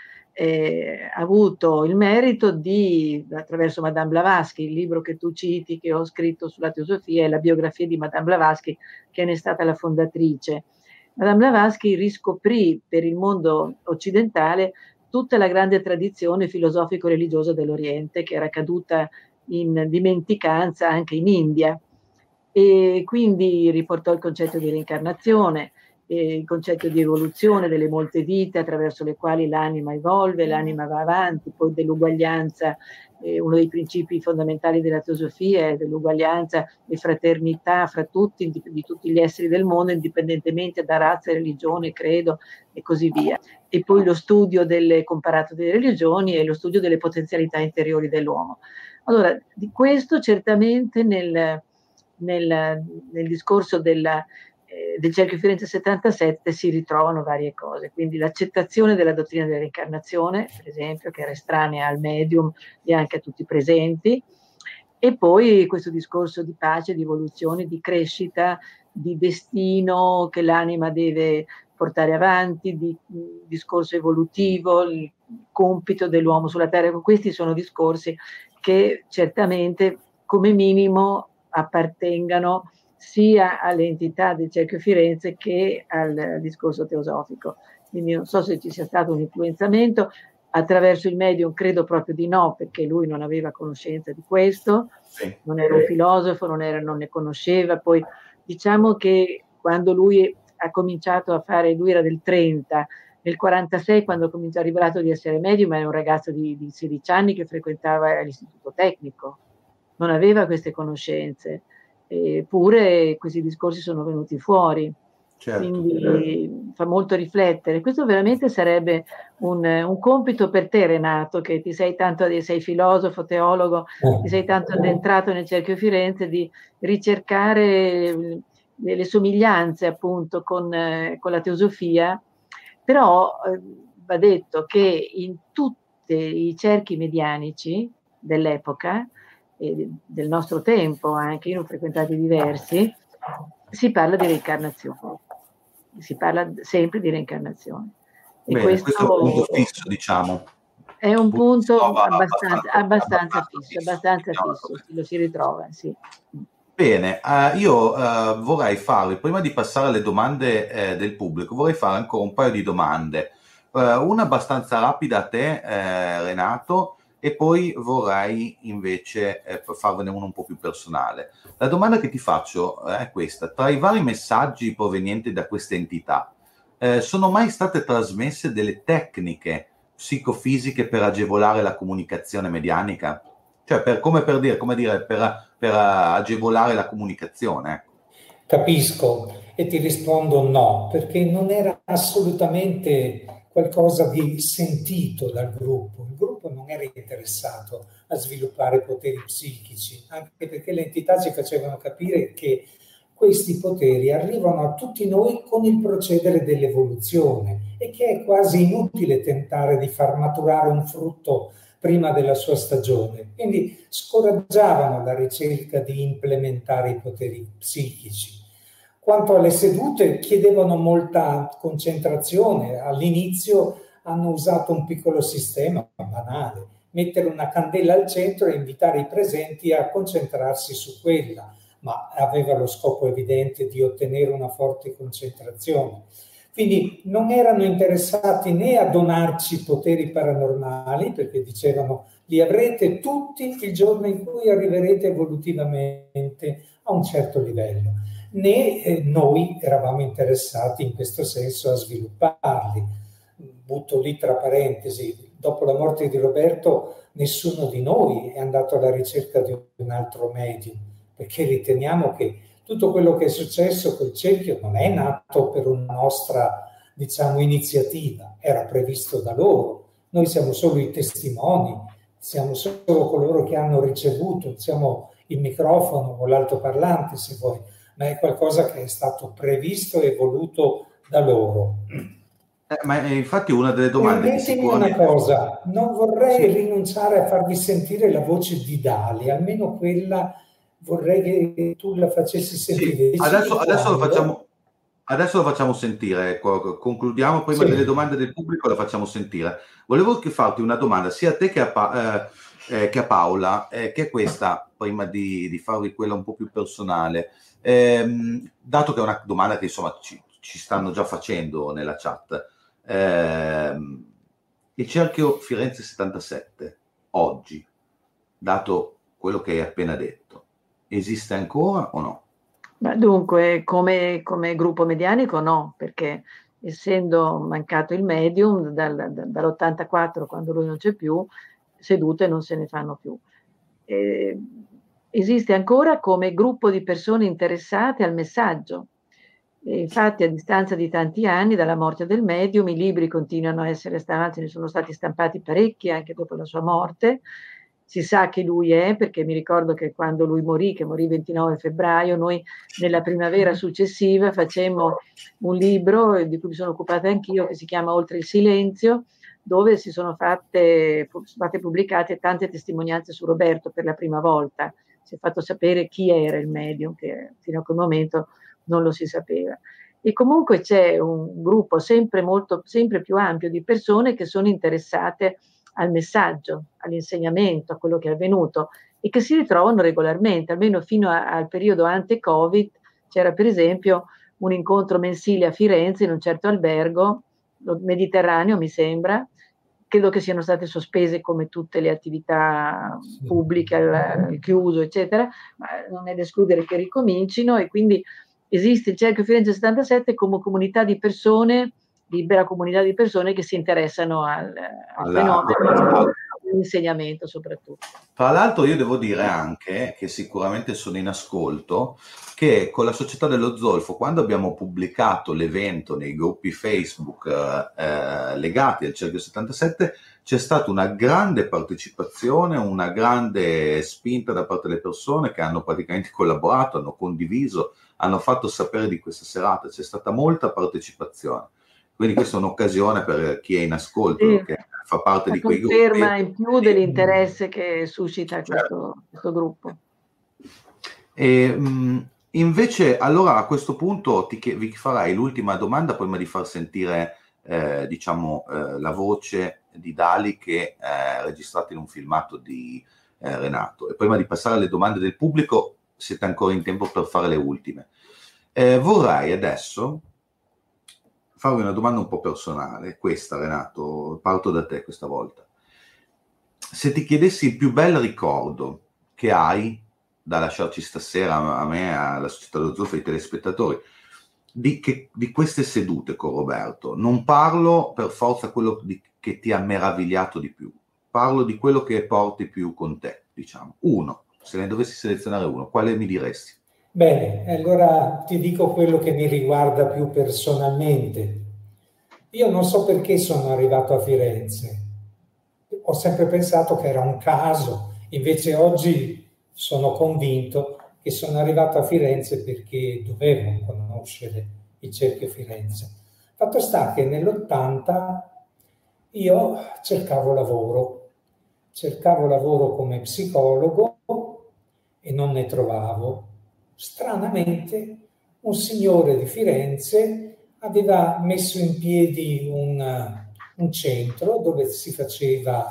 ha avuto il merito di, attraverso Madame Blavatsky, il libro che tu citi, che ho scritto sulla teosofia, è la biografia di Madame Blavatsky, che ne è stata la fondatrice. Madame Blavatsky riscoprì per il mondo occidentale tutta la grande tradizione filosofico-religiosa dell'Oriente, che era caduta in dimenticanza anche in India, e quindi riportò il concetto di reincarnazione, il concetto di evoluzione delle molte vite attraverso le quali l'anima evolve, l'anima va avanti, poi dell'uguaglianza, uno dei principi fondamentali della teosofia è dell'uguaglianza e fraternità fra tutti, di tutti gli esseri del mondo, indipendentemente da razza, religione, credo e così via. E poi lo studio comparato delle religioni e lo studio delle potenzialità interiori dell'uomo. Allora, di questo certamente nel discorso del Cerchio Firenze 77 si ritrovano varie cose, quindi l'accettazione della dottrina della reincarnazione, per esempio, che era estranea al medium e anche a tutti i presenti, e poi questo discorso di pace, di evoluzione, di crescita, di destino che l'anima deve portare avanti, di discorso evolutivo, il compito dell'uomo sulla Terra. Questi sono discorsi che certamente come minimo appartengano sia alle entità del Cerchio Firenze che al discorso teosofico. Quindi non so se ci sia stato un influenzamento attraverso il medium, credo proprio di no, perché lui non aveva conoscenza di questo, non era un filosofo, non ne conosceva. Poi diciamo che quando lui ha cominciato a fare, lui era del 30, nel 46 quando ha rivelato di essere medium, era un ragazzo di 16 anni che frequentava l'istituto tecnico, non aveva queste conoscenze, eppure questi discorsi sono venuti fuori. Certo. Quindi fa molto riflettere. Questo veramente sarebbe un compito per te, Renato, che sei filosofo, teologo, ti sei tanto addentrato nel Cerchio Firenze, di ricercare le somiglianze appunto con la teosofia, però va detto che in tutti i cerchi medianici dell'epoca, del nostro tempo anche, io ne ho frequentati diversi, si parla di reincarnazione, si parla sempre di reincarnazione. E bene, questo è un punto fisso, diciamo. È un punto abbastanza fisso, lo si ritrova, sì. Bene, io vorrei farvi, prima di passare alle domande del pubblico, vorrei fare ancora un paio di domande. Una abbastanza rapida a te, Renato, e poi vorrei invece farvene una un po' più personale. La domanda che ti faccio è questa: tra i vari messaggi provenienti da queste entità, sono mai state trasmesse delle tecniche psicofisiche per agevolare la comunicazione medianica? Cioè, per agevolare la comunicazione. Capisco e ti rispondo no, perché non era assolutamente qualcosa di sentito dal gruppo. Il gruppo non era interessato a sviluppare poteri psichici, anche perché le entità ci facevano capire che questi poteri arrivano a tutti noi con il procedere dell'evoluzione e che è quasi inutile tentare di far maturare un frutto prima della sua stagione. Quindi scoraggiavano la ricerca di implementare i poteri psichici. Quanto alle sedute, chiedevano molta concentrazione. All'inizio hanno usato un piccolo sistema banale: mettere una candela al centro e invitare i presenti a concentrarsi su quella, ma aveva lo scopo evidente di ottenere una forte concentrazione. Quindi non erano interessati né a donarci poteri paranormali, perché dicevano li avrete tutti il giorno in cui arriverete evolutivamente a un certo livello, né noi eravamo interessati in questo senso a svilupparli. Butto lì tra parentesi, dopo la morte di Roberto nessuno di noi è andato alla ricerca di un altro medium, perché riteniamo che tutto quello che è successo col cerchio non è nato per una nostra, iniziativa, era previsto da loro. Noi siamo solo i testimoni, siamo solo coloro che hanno ricevuto, siamo il microfono o l'altoparlante, se vuoi, ma è qualcosa che è stato previsto e voluto da loro. Ma infatti una delle domande che sicuramente... una cosa, non vorrei rinunciare a farvi sentire la voce di Dali, almeno quella vorrei che tu la facessi sentire. Sì, adesso lo facciamo sentire, concludiamo prima delle domande del pubblico, la facciamo sentire. Volevo farti una domanda sia a te che a Paola, che è questa, prima di farvi quella un po' più personale, dato che è una domanda che insomma ci stanno già facendo nella chat. Il Cerchio Firenze 77 oggi, dato quello che hai appena detto, esiste ancora o no? Ma dunque, come gruppo medianico no, perché essendo mancato il medium dall'84, quando lui non c'è più, sedute non se ne fanno più. Esiste ancora come gruppo di persone interessate al messaggio. E infatti, a distanza di tanti anni dalla morte del medium, i libri continuano a essere stampati, ne sono stati stampati parecchi anche dopo la sua morte. Si sa chi lui è, perché mi ricordo che quando lui morì, che morì il 29 febbraio, noi nella primavera successiva facemmo un libro di cui mi sono occupata anch'io, che si chiama Oltre il silenzio, dove sono state pubblicate tante testimonianze su Roberto per la prima volta. Si è fatto sapere chi era il medium, che fino a quel momento non lo si sapeva. E comunque c'è un gruppo sempre più ampio di persone che sono interessate al messaggio, all'insegnamento, a quello che è avvenuto e che si ritrovano regolarmente, almeno fino al periodo ante-Covid. C'era per esempio un incontro mensile a Firenze in un certo albergo, Mediterraneo mi sembra, credo che siano state sospese come tutte le attività pubbliche al chiuso, eccetera, ma non è da escludere che ricomincino, e quindi esiste il Cerchio Firenze 77 come comunità di persone, libera comunità di persone che si interessano al fenomeno, all'insegnamento soprattutto. Tra l'altro io devo dire anche che sicuramente sono in ascolto che con la Società dello Zolfo, quando abbiamo pubblicato l'evento nei gruppi Facebook legati al Cerchio 77, c'è stata una grande partecipazione, una grande spinta da parte delle persone che hanno praticamente collaborato, hanno condiviso, hanno fatto sapere di questa serata, c'è stata molta partecipazione. Quindi questa è un'occasione per chi è in ascolto, sì, che fa parte di quei gruppi. Conferma in più dell'interesse che suscita questo gruppo. E, invece, allora a questo punto vi farai l'ultima domanda prima di far sentire la voce di Dali che è registrata in un filmato di Renato. E prima di passare alle domande del pubblico, siete ancora in tempo per fare le ultime. Vorrei adesso farvi una domanda un po' personale. Questa, Renato, parto da te questa volta. Se ti chiedessi il più bel ricordo che hai da lasciarci stasera, a me, alla Società dello Zolfo e ai telespettatori, di queste sedute con Roberto, non parlo per forza quello che ti ha meravigliato di più, parlo di quello che porti più con te, diciamo. Uno, se ne dovessi selezionare uno, quale mi diresti? Bene, allora ti dico quello che mi riguarda più personalmente. Io non so perché sono arrivato a Firenze. Ho sempre pensato che era un caso, invece oggi sono convinto che sono arrivato a Firenze perché dovevo conoscere il Cerchio Firenze. Fatto sta che nell'80 io cercavo lavoro come psicologo e non ne trovavo. Stranamente un signore di Firenze aveva messo in piedi un centro dove si faceva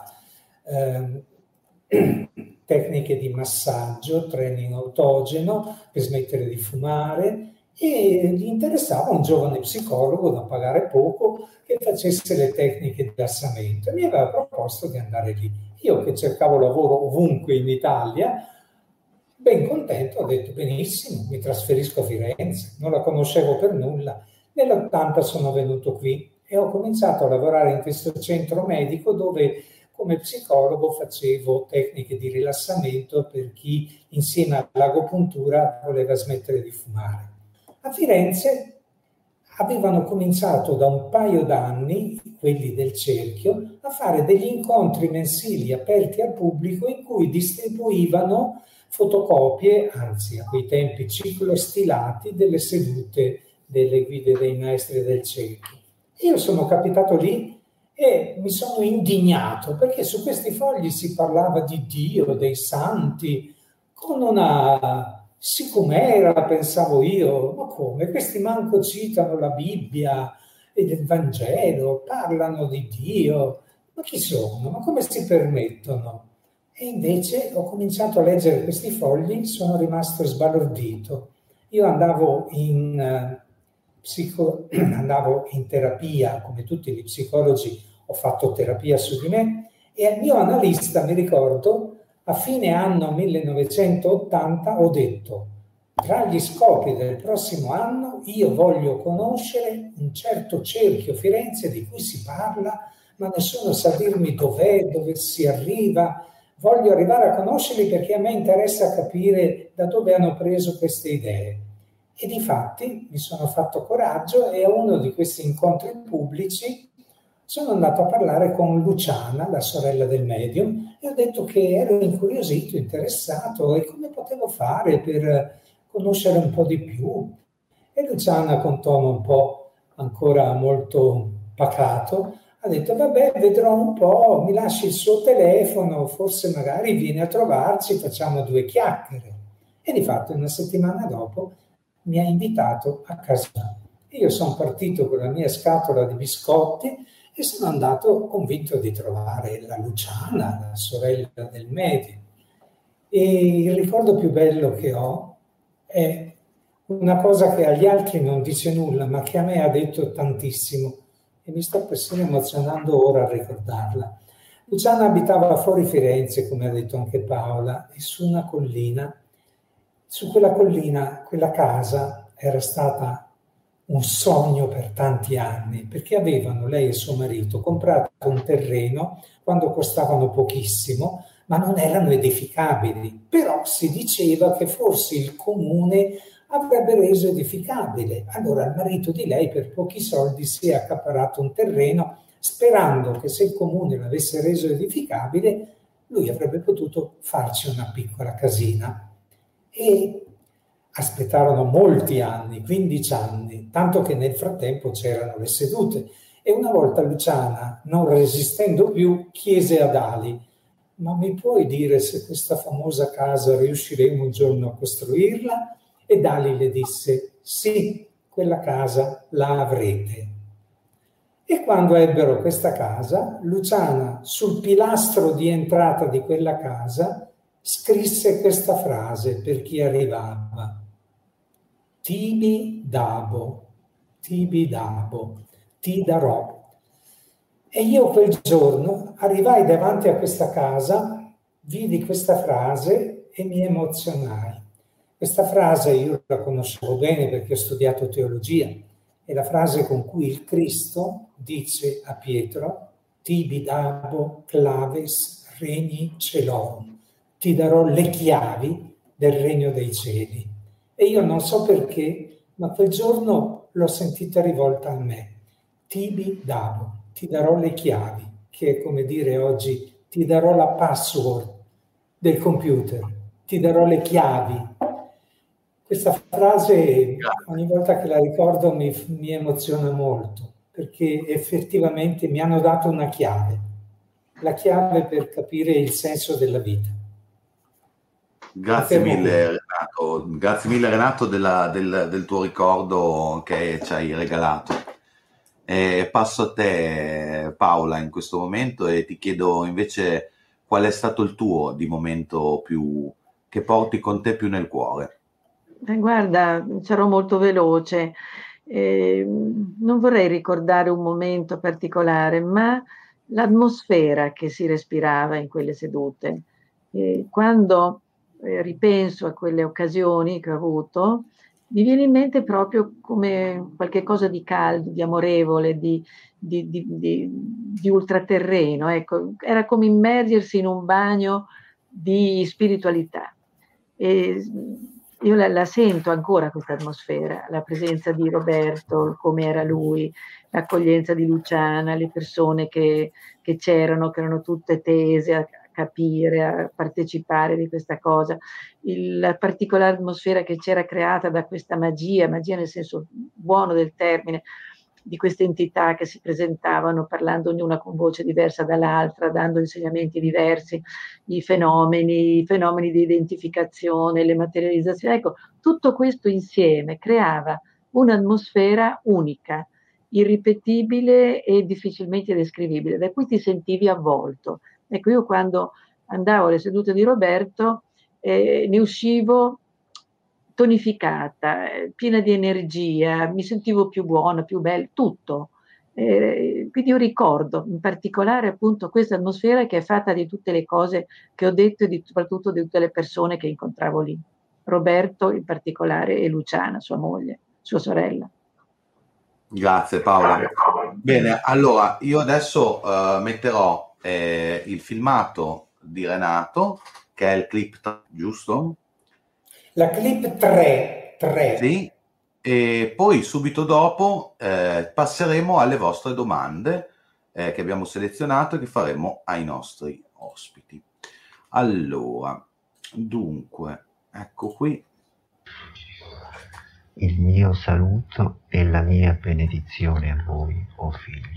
tecniche di massaggio, training autogeno per smettere di fumare, e gli interessava un giovane psicologo da pagare poco che facesse le tecniche di rilassamento, e mi aveva proposto di andare lì. Io, che cercavo lavoro ovunque in Italia, ben contento, ho detto benissimo, mi trasferisco a Firenze, non la conoscevo per nulla. Nell'80 sono venuto qui e ho cominciato a lavorare in questo centro medico dove come psicologo facevo tecniche di rilassamento per chi insieme all'agopuntura voleva smettere di fumare. A Firenze avevano cominciato da un paio d'anni, quelli del Cerchio, a fare degli incontri mensili aperti al pubblico in cui distribuivano fotocopie, anzi a quei tempi ciclostilati, delle sedute delle guide dei maestri del Cerchio. Io sono capitato lì e mi sono indignato perché su questi fogli si parlava di Dio, dei santi, con una sicumera, pensavo io, ma come? Questi manco citano la Bibbia e il Vangelo, parlano di Dio, ma chi sono? Ma come si permettono? E invece ho cominciato a leggere questi fogli, sono rimasto sbalordito. Io andavo in terapia, come tutti gli psicologi, ho fatto terapia su di me, e al mio analista, mi ricordo, a fine anno 1980 ho detto: tra gli scopi del prossimo anno io voglio conoscere un certo cerchio Firenze di cui si parla, ma nessuno sa dirmi dov'è, dove si arriva. Voglio arrivare a conoscerli perché a me interessa capire da dove hanno preso queste idee. E difatti mi sono fatto coraggio e a uno di questi incontri pubblici sono andato a parlare con Luciana, la sorella del medium, e ho detto che ero incuriosito, interessato e come potevo fare per conoscere un po' di più. E Luciana, con tono un po' ancora molto pacato, ha detto: vabbè, vedrò un po', mi lasci il suo telefono, forse magari vieni a trovarci, facciamo due chiacchiere. E di fatto una settimana dopo mi ha invitato a casa. Io sono partito con la mia scatola di biscotti e sono andato convinto di trovare la Luciana, la sorella del medium. E il ricordo più bello che ho è una cosa che agli altri non dice nulla, ma che a me ha detto tantissimo, e mi sto persino emozionando ora a ricordarla. Luciana abitava fuori Firenze, come ha detto anche Paola, e su una collina. Su quella collina, quella casa era stata un sogno per tanti anni, perché avevano, lei e suo marito, comprato un terreno quando costavano pochissimo, ma non erano edificabili. Però si diceva che forse il comune avrebbe reso edificabile. Allora il marito di lei per pochi soldi si è accaparato un terreno, sperando che se il comune l'avesse reso edificabile, lui avrebbe potuto farci una piccola casina. E aspettarono molti anni, 15 anni, tanto che nel frattempo c'erano le sedute. E una volta Luciana, non resistendo più, chiese ad Ali: ma mi puoi dire se questa famosa casa riusciremo un giorno a costruirla? E Ali le disse: sì, quella casa la avrete. E quando ebbero questa casa, Luciana, sul pilastro di entrata di quella casa, scrisse questa frase per chi arrivava: Tibi dabo, ti darò. E io quel giorno arrivai davanti a questa casa, vidi questa frase e mi emozionai. Questa frase io la conoscevo bene perché ho studiato teologia. È la frase con cui il Cristo dice a Pietro: Tibi dabo claves regni celorum. Ti darò le chiavi del regno dei cieli. E io non so perché, ma quel giorno l'ho sentita rivolta a me. Tibi dabo, ti darò le chiavi, che è come dire oggi: ti darò la password del computer, ti darò le chiavi. Questa frase, ogni volta che la ricordo, mi emoziona molto, perché effettivamente mi hanno dato una chiave, la chiave per capire il senso della vita. Grazie mille Renato del tuo ricordo che ci hai regalato. Passo a te Paola in questo momento e ti chiedo invece qual è stato il tuo di momento più che porti con te più nel cuore. Guarda, sarò molto veloce. Non vorrei ricordare un momento particolare, ma l'atmosfera che si respirava in quelle sedute. Quando ripenso a quelle occasioni che ho avuto, mi viene in mente proprio come qualche cosa di caldo, di amorevole, di ultraterreno. Ecco, era come immergersi in un bagno di spiritualità. E io la sento ancora questa atmosfera, la presenza di Roberto, come era lui, l'accoglienza di Luciana, le persone che c'erano, che erano tutte tese a capire, a partecipare di questa cosa, la particolare atmosfera che c'era creata da questa magia nel senso buono del termine, di queste entità che si presentavano parlando ognuna con voce diversa dall'altra, dando insegnamenti diversi, i fenomeni di identificazione, le materializzazioni. Ecco, tutto questo insieme creava un'atmosfera unica, irripetibile e difficilmente descrivibile, da cui ti sentivi avvolto. Ecco, io quando andavo alle sedute di Roberto ne uscivo tonificata, piena di energia, mi sentivo più buona, più bella, tutto. Quindi io ricordo in particolare appunto questa atmosfera che è fatta di tutte le cose che ho detto e soprattutto di tutte le persone che incontravo lì. Roberto in particolare e Luciana, sua moglie, sua sorella. Grazie Paola. Bene, allora io adesso metterò il filmato di Renato, che è il clip 3, giusto? La clip 3. Sì, e poi subito dopo passeremo alle vostre domande che abbiamo selezionato e che faremo ai nostri ospiti. Allora, dunque, ecco qui. Il mio saluto e la mia benedizione a voi, o figli.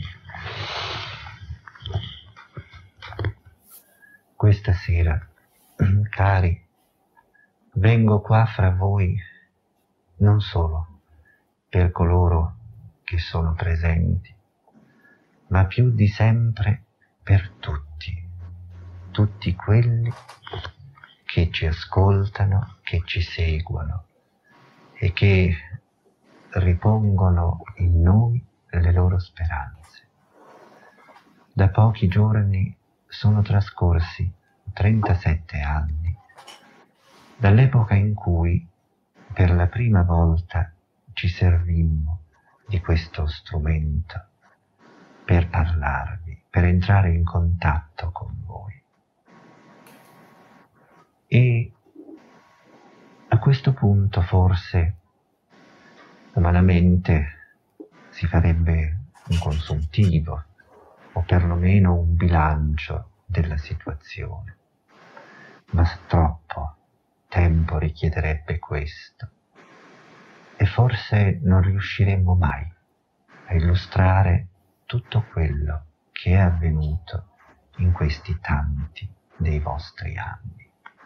Questa sera, cari, vengo qua fra voi non solo per coloro che sono presenti, ma più di sempre per tutti quelli che ci ascoltano, che ci seguono e che ripongono in noi le loro speranze. Da pochi giorni sono trascorsi 37 anni dall'epoca in cui per la prima volta ci servimmo di questo strumento per parlarvi, per entrare in contatto con voi. E a questo punto forse umanamente si farebbe un consuntivo o perlomeno un bilancio della situazione, ma troppo tempo richiederebbe questo e forse non riusciremmo mai a illustrare tutto quello che è avvenuto in questi tanti dei vostri anni.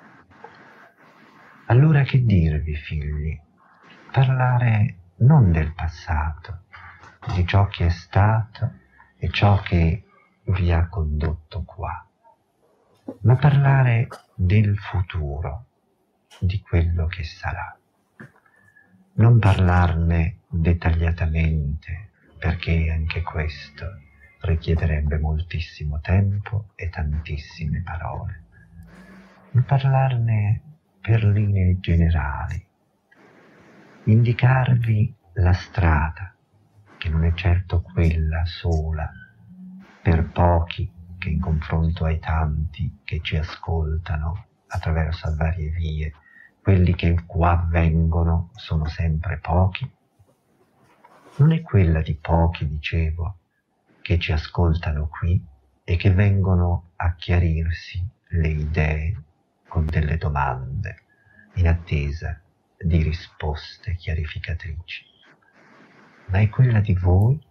Allora che dirvi, figli? Parlare non del passato, di ciò che è stato e ciò che vi ha condotto qua, ma parlare del futuro, di quello che sarà. Non parlarne dettagliatamente, perché anche questo richiederebbe moltissimo tempo e tantissime parole, ma parlarne per linee generali, indicarvi la strada, che non è certo quella sola, per pochi che in confronto ai tanti che ci ascoltano attraverso varie vie, quelli che qua vengono sono sempre pochi. Non è quella di pochi, dicevo, che ci ascoltano qui e che vengono a chiarirsi le idee con delle domande in attesa di risposte chiarificatrici, ma è quella di voi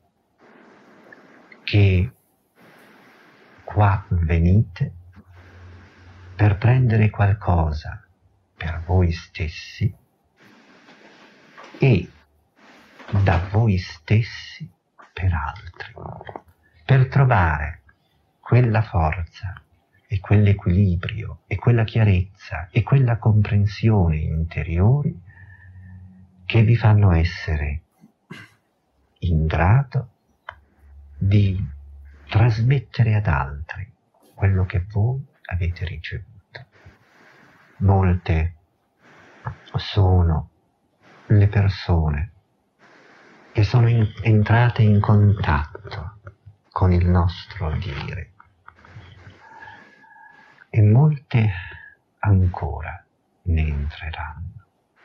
che qua venite per prendere qualcosa per voi stessi e da voi stessi per altri, per trovare quella forza e quell'equilibrio e quella chiarezza e quella comprensione interiori che vi fanno essere in grado di trasmettere ad altri quello che voi avete ricevuto. Molte sono le persone che sono entrate in contatto con il nostro dire e molte ancora ne entreranno.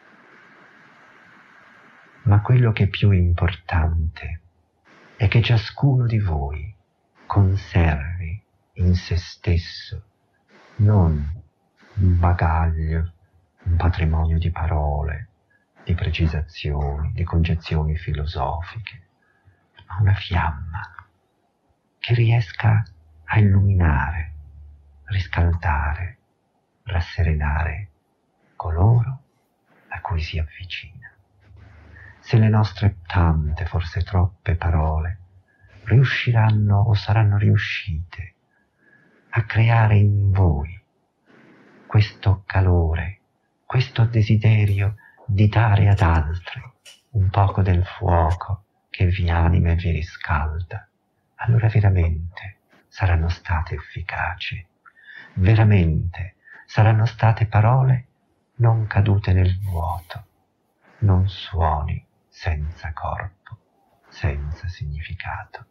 Ma quello che è più importante è che ciascuno di voi conservi in se stesso non un bagaglio, un patrimonio di parole, di precisazioni, di concezioni filosofiche, ma una fiamma che riesca a illuminare, riscaldare, rasserenare coloro a cui si avvicina. Se le nostre tante, forse troppe parole riusciranno o saranno riuscite a creare in voi questo calore, questo desiderio di dare ad altri un poco del fuoco che vi anima e vi riscalda, allora veramente saranno state efficaci, veramente saranno state parole non cadute nel vuoto, non suoni senza corpo, senza significato.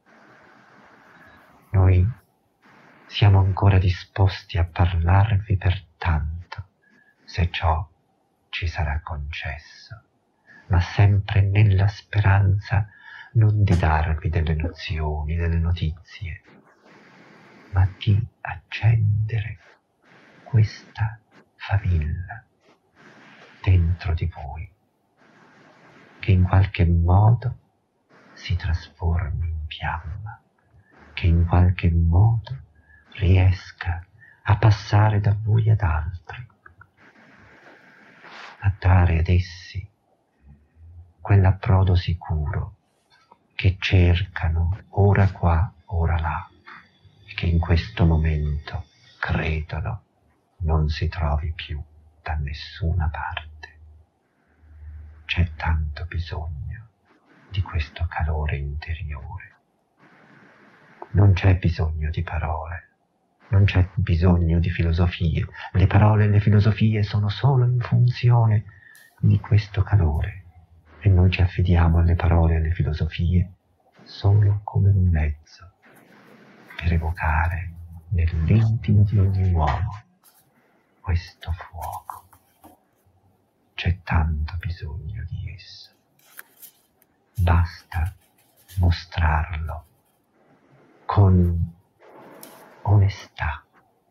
Noi siamo ancora disposti a parlarvi per tanto, se ciò ci sarà concesso, ma sempre nella speranza non di darvi delle nozioni, delle notizie, ma di accendere questa favilla dentro di voi, che in qualche modo si trasformi in fiamma, che in qualche modo riesca a passare da voi ad altri, a dare ad essi quell'approdo sicuro che cercano ora qua, ora là, e che in questo momento credono non si trovi più da nessuna parte. C'è tanto bisogno di questo calore interiore. Non c'è bisogno di parole, non c'è bisogno di filosofie. Le parole e le filosofie sono solo in funzione di questo calore e noi ci affidiamo alle parole e alle filosofie solo come un mezzo per evocare nell'intimo di ogni uomo questo fuoco. C'è tanto bisogno di esso. Basta mostrarlo con onestà,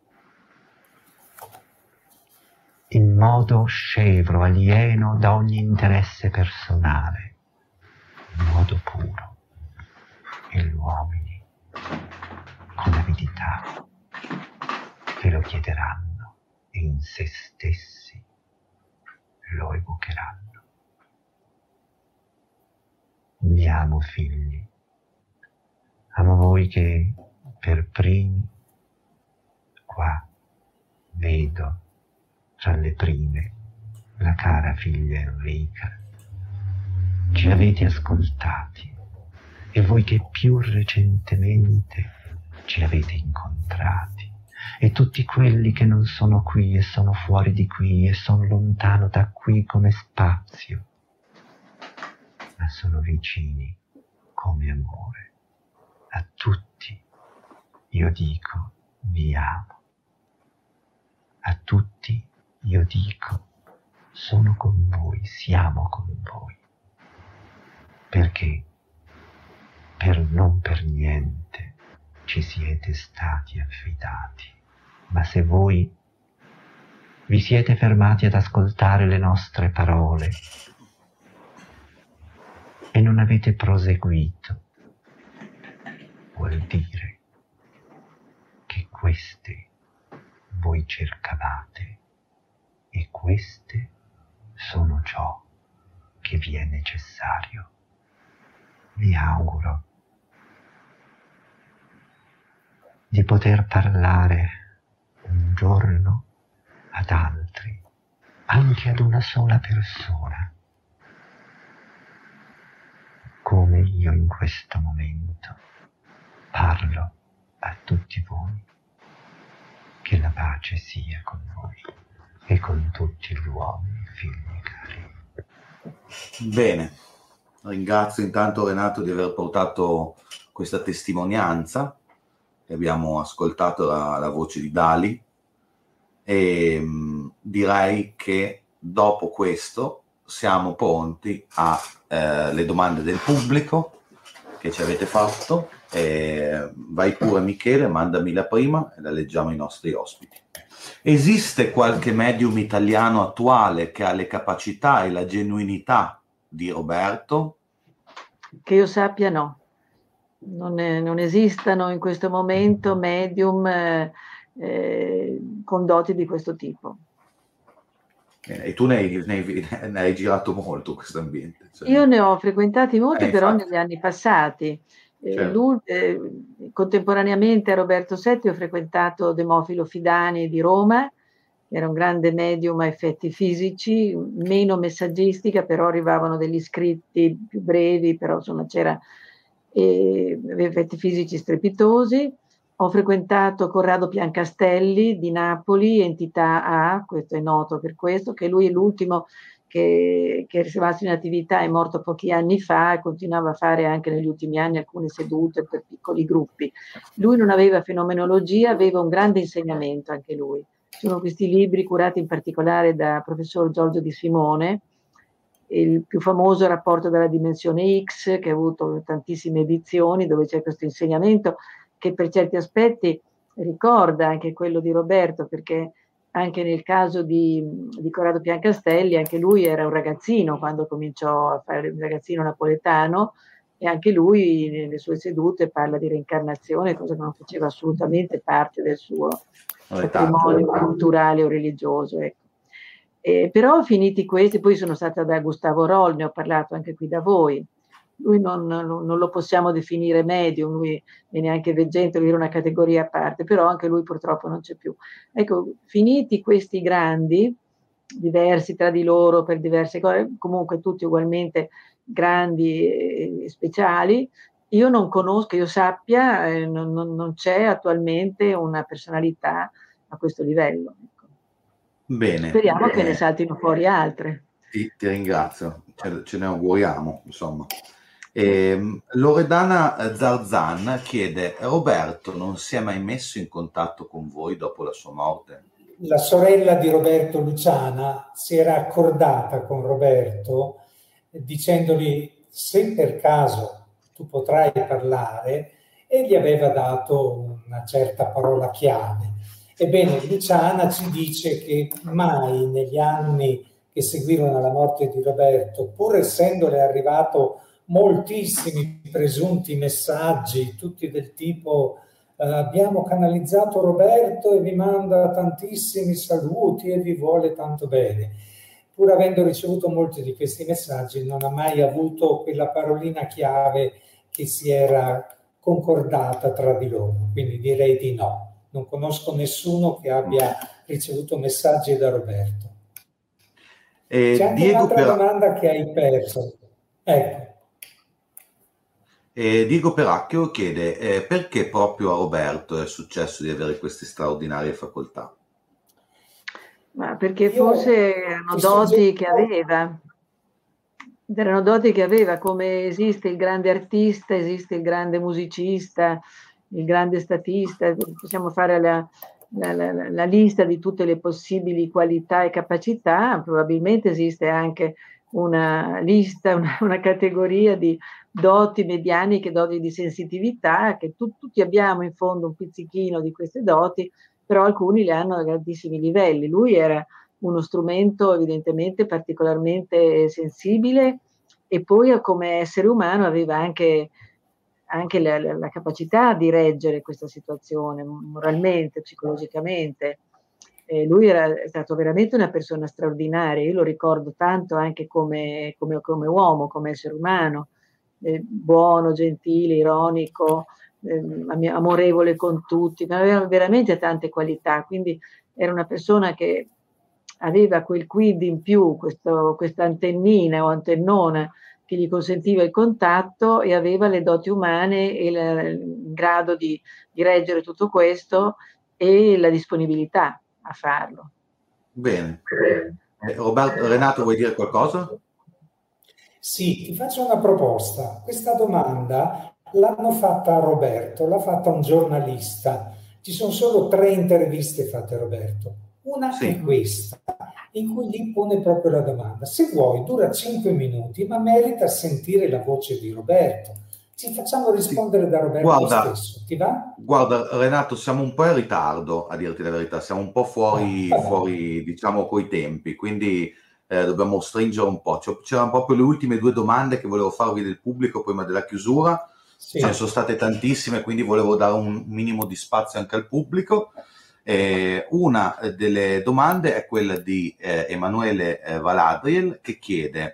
in modo scevro, alieno da ogni interesse personale, in modo puro, e gli uomini con avidità ve lo chiederanno e in se stessi lo evocheranno. Vi amo, figli, amo voi che per primi qua vedo tra le prime la cara figlia Enrica. Ci avete ascoltati e voi che più recentemente ci avete incontrati, e tutti quelli che non sono qui e sono fuori di qui e sono lontano da qui come spazio, ma sono vicini come amore. A tutti io dico vi amo. A tutti io dico sono con voi, siamo con voi. Perché non per niente ci siete stati affidati, ma se voi vi siete fermati ad ascoltare le nostre parole e non avete proseguito, vuol dire che queste voi cercavate e queste sono ciò che vi è necessario. Vi auguro di poter parlare un giorno ad altri, anche ad una sola persona, come io in questo momento parlo a tutti voi. Che la pace sia con voi e con tutti gli uomini, figli cari. Bene, ringrazio intanto Renato di aver portato questa testimonianza. Abbiamo ascoltato la voce di Dali e direi che dopo questo siamo pronti alle domande del pubblico che ci avete fatto. Vai pure Michele, mandami la prima e la leggiamo ai nostri ospiti. Esiste qualche medium italiano attuale che ha le capacità e la genuinità di Roberto? Che io sappia no. Non esistono in questo momento medium con doti di questo tipo. E tu ne hai girato molto questo ambiente. Cioè. Io ne ho frequentati molti, però negli anni passati. Certo. Contemporaneamente a Roberto Setti ho frequentato Demofilo Fidani di Roma, era un grande medium a effetti fisici, meno messaggistica, però arrivavano degli scritti più brevi, però insomma c'era effetti fisici strepitosi. Ho frequentato Corrado Piancastelli di Napoli, entità A, questo è noto per questo, che lui è l'ultimo che è rimasto in attività, è morto pochi anni fa e continuava a fare anche negli ultimi anni alcune sedute per piccoli gruppi. Lui non aveva fenomenologia, aveva un grande insegnamento anche lui. Sono questi libri curati in particolare da professor Giorgio Di Simone, il più famoso Rapporto della dimensione X, che ha avuto tantissime edizioni, dove c'è questo insegnamento che per certi aspetti ricorda anche quello di Roberto, perché anche nel caso di Corrado Piancastelli, anche lui era un ragazzino quando cominciò a fare il ragazzino napoletano, e anche lui nelle sue sedute parla di reincarnazione, cosa che non faceva assolutamente parte del suo patrimonio culturale o religioso. Ecco. Però finiti questi, poi sono stata da Gustavo Roll, ne ho parlato anche qui da voi. Lui non lo possiamo definire medium, lui è neanche veggente, lui era una categoria a parte, però anche lui purtroppo non c'è più. Ecco, finiti questi grandi, diversi tra di loro per diverse cose, comunque tutti ugualmente grandi e speciali, io non conosco, io sappia, non c'è attualmente una personalità a questo livello. Ecco. Bene. Speriamo che ne saltino fuori altre. Sì, ti ringrazio, ce ne auguriamo, insomma. Loredana Zarzan chiede: Roberto non si è mai messo in contatto con voi dopo la sua morte? La sorella di Roberto, Luciana, si era accordata con Roberto dicendogli: se per caso tu potrai parlare, e gli aveva dato una certa parola chiave. Ebbene, Luciana ci dice che mai negli anni che seguirono alla morte di Roberto, pur essendole arrivato moltissimi presunti messaggi, tutti del tipo abbiamo canalizzato Roberto e vi manda tantissimi saluti e vi vuole tanto bene. Pur avendo ricevuto molti di questi messaggi, non ha mai avuto quella parolina chiave che si era concordata tra di loro. Quindi direi di no. Non conosco nessuno che abbia ricevuto messaggi da Roberto. C'è anche un'altra domanda che hai perso. Ecco. Diego Peracchio chiede perché proprio a Roberto è successo di avere queste straordinarie facoltà? Ma perché forse erano doti che aveva, come esiste il grande artista, esiste il grande musicista, il grande statista, possiamo fare la lista di tutte le possibili qualità e capacità, probabilmente esiste anche una lista, una categoria di doti medianiche, doti di sensitività, che tutti abbiamo in fondo un pizzichino di queste doti, però alcuni le hanno a grandissimi livelli. Lui era uno strumento evidentemente particolarmente sensibile, e poi come essere umano aveva anche la capacità di reggere questa situazione moralmente, psicologicamente. Lui è stato veramente una persona straordinaria, io lo ricordo tanto anche come uomo, come essere umano, buono, gentile, ironico, amorevole con tutti, ma aveva veramente tante qualità, quindi era una persona che aveva quel quid in più, questa antennina o antennona che gli consentiva il contatto, e aveva le doti umane e il grado di reggere tutto questo e la disponibilità a farlo. Bene. Renato, vuoi dire qualcosa? Sì, ti faccio una proposta. Questa domanda l'hanno fatta a Roberto, l'ha fatta un giornalista. Ci sono solo 3 interviste fatte a Roberto. Una è questa, in cui gli pone proprio la domanda. Se vuoi, dura 5 minuti, ma merita sentire la voce di Roberto. Ci facciamo rispondere da Roberto stesso. Ti va? Guarda, Renato, siamo un po' in ritardo, a dirti la verità. Siamo un po' fuori diciamo, coi tempi, quindi dobbiamo stringere un po'. C'erano proprio le ultime 2 domande che volevo farvi del pubblico prima della chiusura. Sì. Ce ne sono state tantissime, quindi volevo dare un minimo di spazio anche al pubblico. Una delle domande è quella di Emanuele Valadriel, che chiede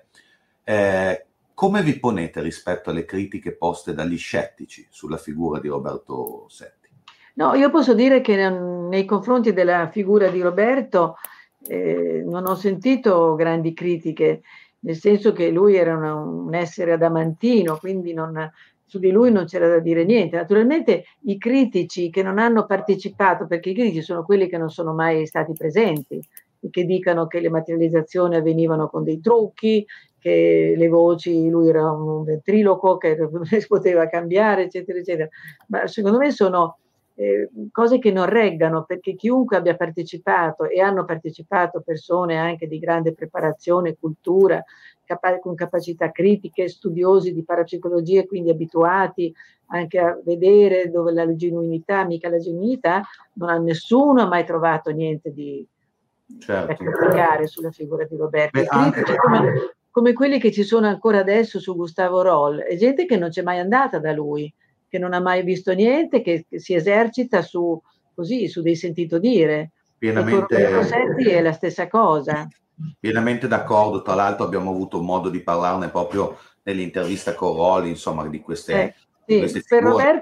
come vi ponete rispetto alle critiche poste dagli scettici sulla figura di Roberto Setti? No, io posso dire che nei confronti della figura di Roberto non ho sentito grandi critiche, nel senso che lui era un essere adamantino, quindi non su di lui non c'era da dire niente. Naturalmente i critici che non hanno partecipato, perché i critici sono quelli che non sono mai stati presenti, e che dicano che le materializzazioni avvenivano con dei trucchi, che le voci, lui era un ventriloquo, che si poteva cambiare, eccetera, eccetera. Ma secondo me sono cose che non reggano, perché chiunque abbia partecipato, e hanno partecipato persone anche di grande preparazione, cultura, con capacità critiche, studiosi di parapsicologia, quindi abituati anche a vedere dove la genuinità, mica la genuinità, nessuno ha mai trovato niente da criticare sulla figura di Roberto. I critici come quelli che ci sono ancora adesso su Gustavo Roll, è gente che non c'è mai andata da lui, che non ha mai visto niente, che si esercita su dei sentito dire. Pienamente, e con Roberto Setti è la stessa cosa. Pienamente d'accordo, tra l'altro abbiamo avuto modo di parlarne proprio nell'intervista con Rolli, insomma, di queste per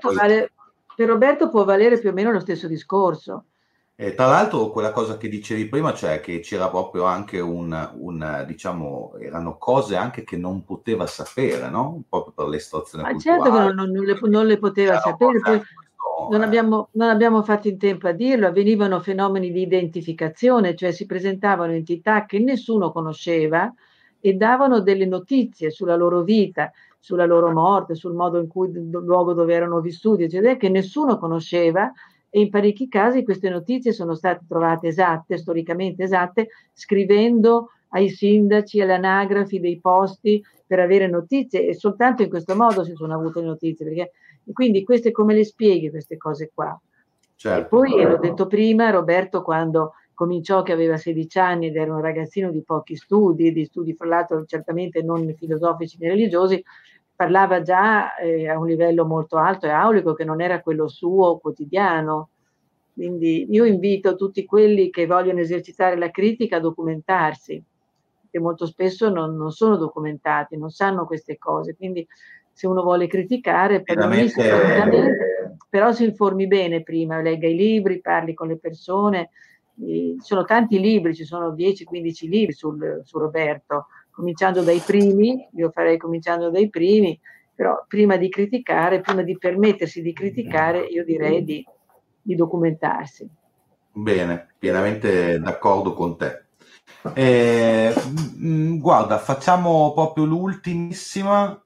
Roberto può valere più o meno lo stesso discorso. Tra l'altro quella cosa che dicevi prima, cioè che c'era proprio anche diciamo, erano cose anche che non poteva sapere, no? Proprio per l'estrazione culturale. Certo che non le poteva sapere, poi non abbiamo fatto in tempo a dirlo, avvenivano fenomeni di identificazione, cioè si presentavano entità che nessuno conosceva e davano delle notizie sulla loro vita, sulla loro morte, sul modo in cui, il luogo dove erano vissuti, eccetera, che nessuno conosceva, e in parecchi casi queste notizie sono state trovate esatte, storicamente esatte, scrivendo ai sindaci, alle anagrafi dei posti per avere notizie, e soltanto in questo modo si sono avute notizie, perché quindi queste come le spieghi queste cose qua? Certo. E poi, l'ho detto prima, Roberto quando cominciò, che aveva 16 anni ed era un ragazzino di pochi studi, di studi fra l'altro certamente non filosofici né religiosi, parlava già a un livello molto alto e aulico, che non era quello suo quotidiano. Quindi io invito tutti quelli che vogliono esercitare la critica a documentarsi, che molto spesso non sono documentati, non sanno queste cose. Quindi se uno vuole criticare, però si informi bene prima, legga i libri, parli con le persone. Ci sono tanti libri, ci sono 10-15 libri su Roberto, cominciando dai primi, io farei cominciando dai primi, però prima di criticare, prima di permettersi di criticare, io direi di documentarsi. Bene, pienamente d'accordo con te. Guarda, facciamo proprio l'ultimissima.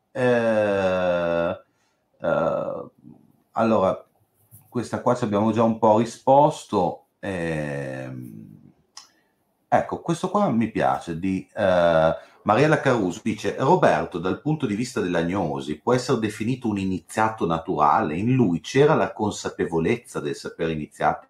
Allora, questa qua ci abbiamo già un po' risposto. Ecco, questo qua mi piace, di Mariella Caruso, dice: Roberto, dal punto di vista dell'agnosi, può essere definito un iniziato naturale? In lui c'era la consapevolezza del sapere iniziato?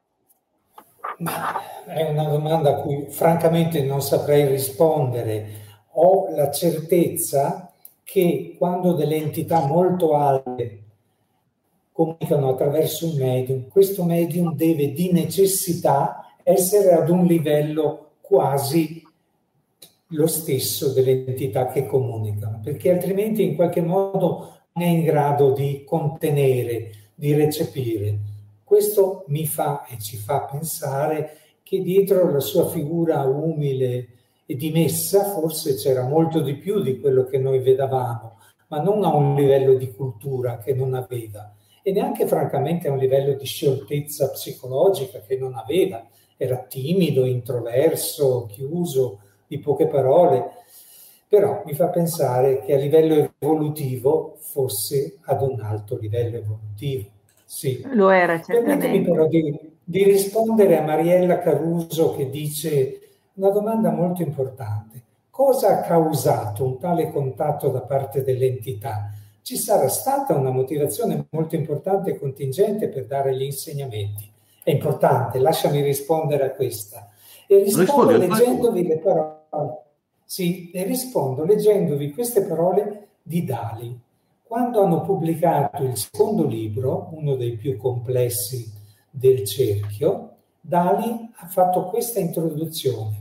Ma è una domanda a cui francamente non saprei rispondere. Ho la certezza che quando delle entità molto alte comunicano attraverso un medium, questo medium deve di necessità essere ad un livello quasi lo stesso delle entità che comunicano, perché altrimenti in qualche modo non è in grado di contenere, di recepire. Questo mi fa e ci fa pensare che dietro la sua figura umile e dimessa forse c'era molto di più di quello che noi vedevamo, ma non a un livello di cultura che non aveva, e neanche francamente a un livello di scioltezza psicologica che non aveva. Era timido, introverso, chiuso, di poche parole, però mi fa pensare che a livello evolutivo fosse ad un alto livello evolutivo. Sì. Lo era, certamente. Permettimi però di rispondere a Mariella Caruso, che dice una domanda molto importante. Cosa ha causato un tale contatto da parte dell'entità? Ci sarà stata una motivazione molto importante e contingente per dare gli insegnamenti. È importante, lasciami rispondere a questa. E rispondo leggendovi le parole. Sì, e rispondo leggendovi queste parole di Dali. Quando hanno pubblicato il secondo libro, uno dei più complessi del cerchio, Dali ha fatto questa introduzione.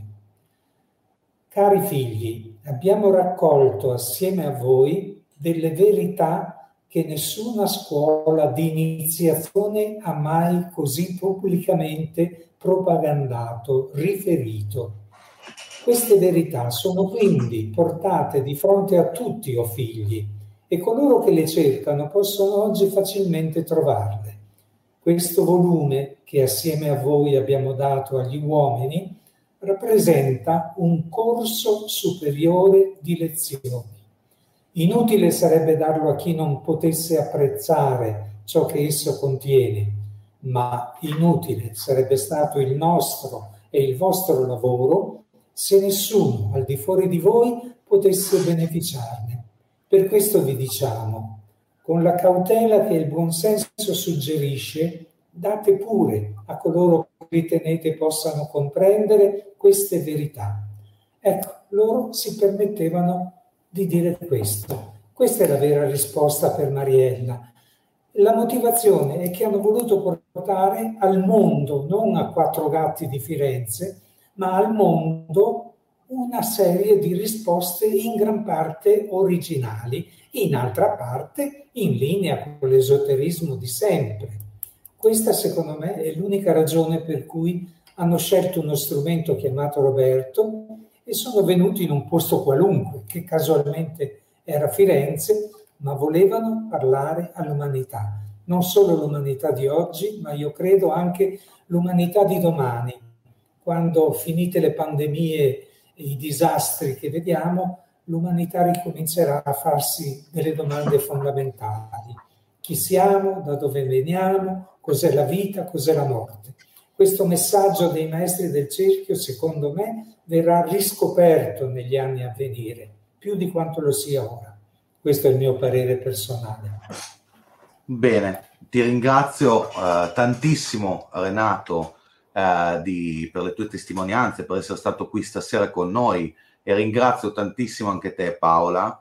Cari figli, abbiamo raccolto assieme a voi delle verità che nessuna scuola di iniziazione ha mai così pubblicamente propagandato, riferito. Queste verità sono quindi portate di fronte a tutti, o figli, e coloro che le cercano possono oggi facilmente trovarle. Questo volume che assieme a voi abbiamo dato agli uomini rappresenta un corso superiore di lezioni. Inutile sarebbe darlo a chi non potesse apprezzare ciò che esso contiene, ma inutile sarebbe stato il nostro e il vostro lavoro se nessuno al di fuori di voi potesse beneficiarne. Per questo vi diciamo, con la cautela che il buon senso suggerisce, date pure a coloro che ritenete possano comprendere queste verità. Ecco, loro si permettevano di dire questo. Questa è la vera risposta per Mariella. La motivazione è che hanno voluto portare al mondo, non a Quattro Gatti di Firenze, ma al mondo una serie di risposte in gran parte originali, in altra parte in linea con l'esoterismo di sempre. Questa, secondo me, è l'unica ragione per cui hanno scelto uno strumento chiamato Roberto e sono venuti in un posto qualunque, che casualmente era Firenze, ma volevano parlare all'umanità. Non solo l'umanità di oggi, ma io credo anche l'umanità di domani. Quando finite le pandemie e i disastri che vediamo, l'umanità ricomincerà a farsi delle domande fondamentali. Chi siamo? Da dove veniamo? Cos'è la vita? Cos'è la morte? Questo messaggio dei maestri del cerchio, secondo me, verrà riscoperto negli anni a venire, più di quanto lo sia ora. Questo è il mio parere personale. Bene, ti ringrazio tantissimo Renato per le tue testimonianze, per essere stato qui stasera con noi, e ringrazio tantissimo anche te Paola,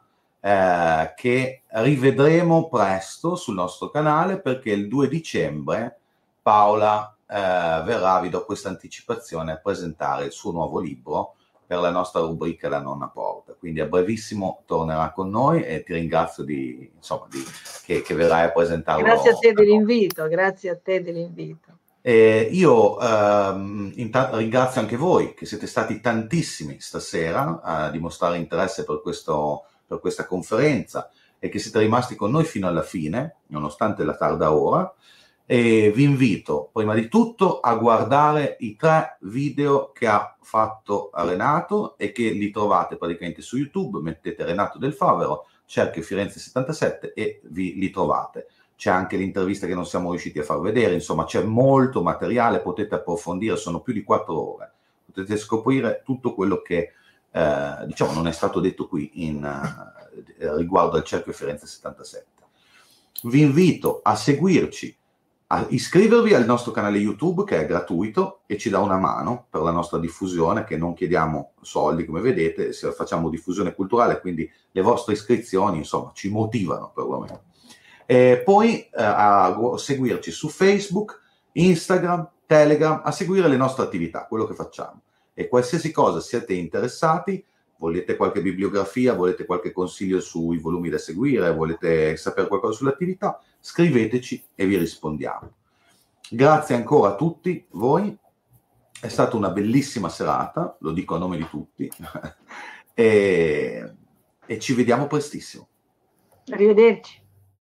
che rivedremo presto sul nostro canale, perché il 2 dicembre Paola verrà, vi do questa anticipazione, a presentare il suo nuovo libro per la nostra rubrica La Nonna Porta. Quindi a brevissimo tornerà con noi e ti ringrazio che verrai a presentarlo. Grazie a te dell'invito, grazie a te dell'invito. Io intanto ringrazio anche voi, che siete stati tantissimi stasera a dimostrare interesse per questa conferenza e che siete rimasti con noi fino alla fine, nonostante la tarda ora. E vi invito prima di tutto a guardare i 3 video che ha fatto Renato e che li trovate praticamente su YouTube. Mettete Renato Del Favero, Cerchio Firenze 77 e li trovate. C'è anche l'intervista che non siamo riusciti a far vedere, insomma c'è molto materiale, potete approfondire, sono più di 4 ore, potete scoprire tutto quello che non è stato detto qui riguardo al Cerchio Firenze 77. Vi invito a seguirci, a iscrivervi al nostro canale YouTube, che è gratuito e ci dà una mano per la nostra diffusione, che non chiediamo soldi, come vedete, facciamo diffusione culturale, quindi le vostre iscrizioni insomma ci motivano perlomeno. E poi a seguirci su Facebook, Instagram, Telegram, a seguire le nostre attività, quello che facciamo. E qualsiasi cosa siete interessati, volete qualche bibliografia, volete qualche consiglio sui volumi da seguire, volete sapere qualcosa sull'attività, scriveteci e vi rispondiamo. Grazie ancora a tutti voi, è stata una bellissima serata, lo dico a nome di tutti, e ci vediamo prestissimo. Arrivederci.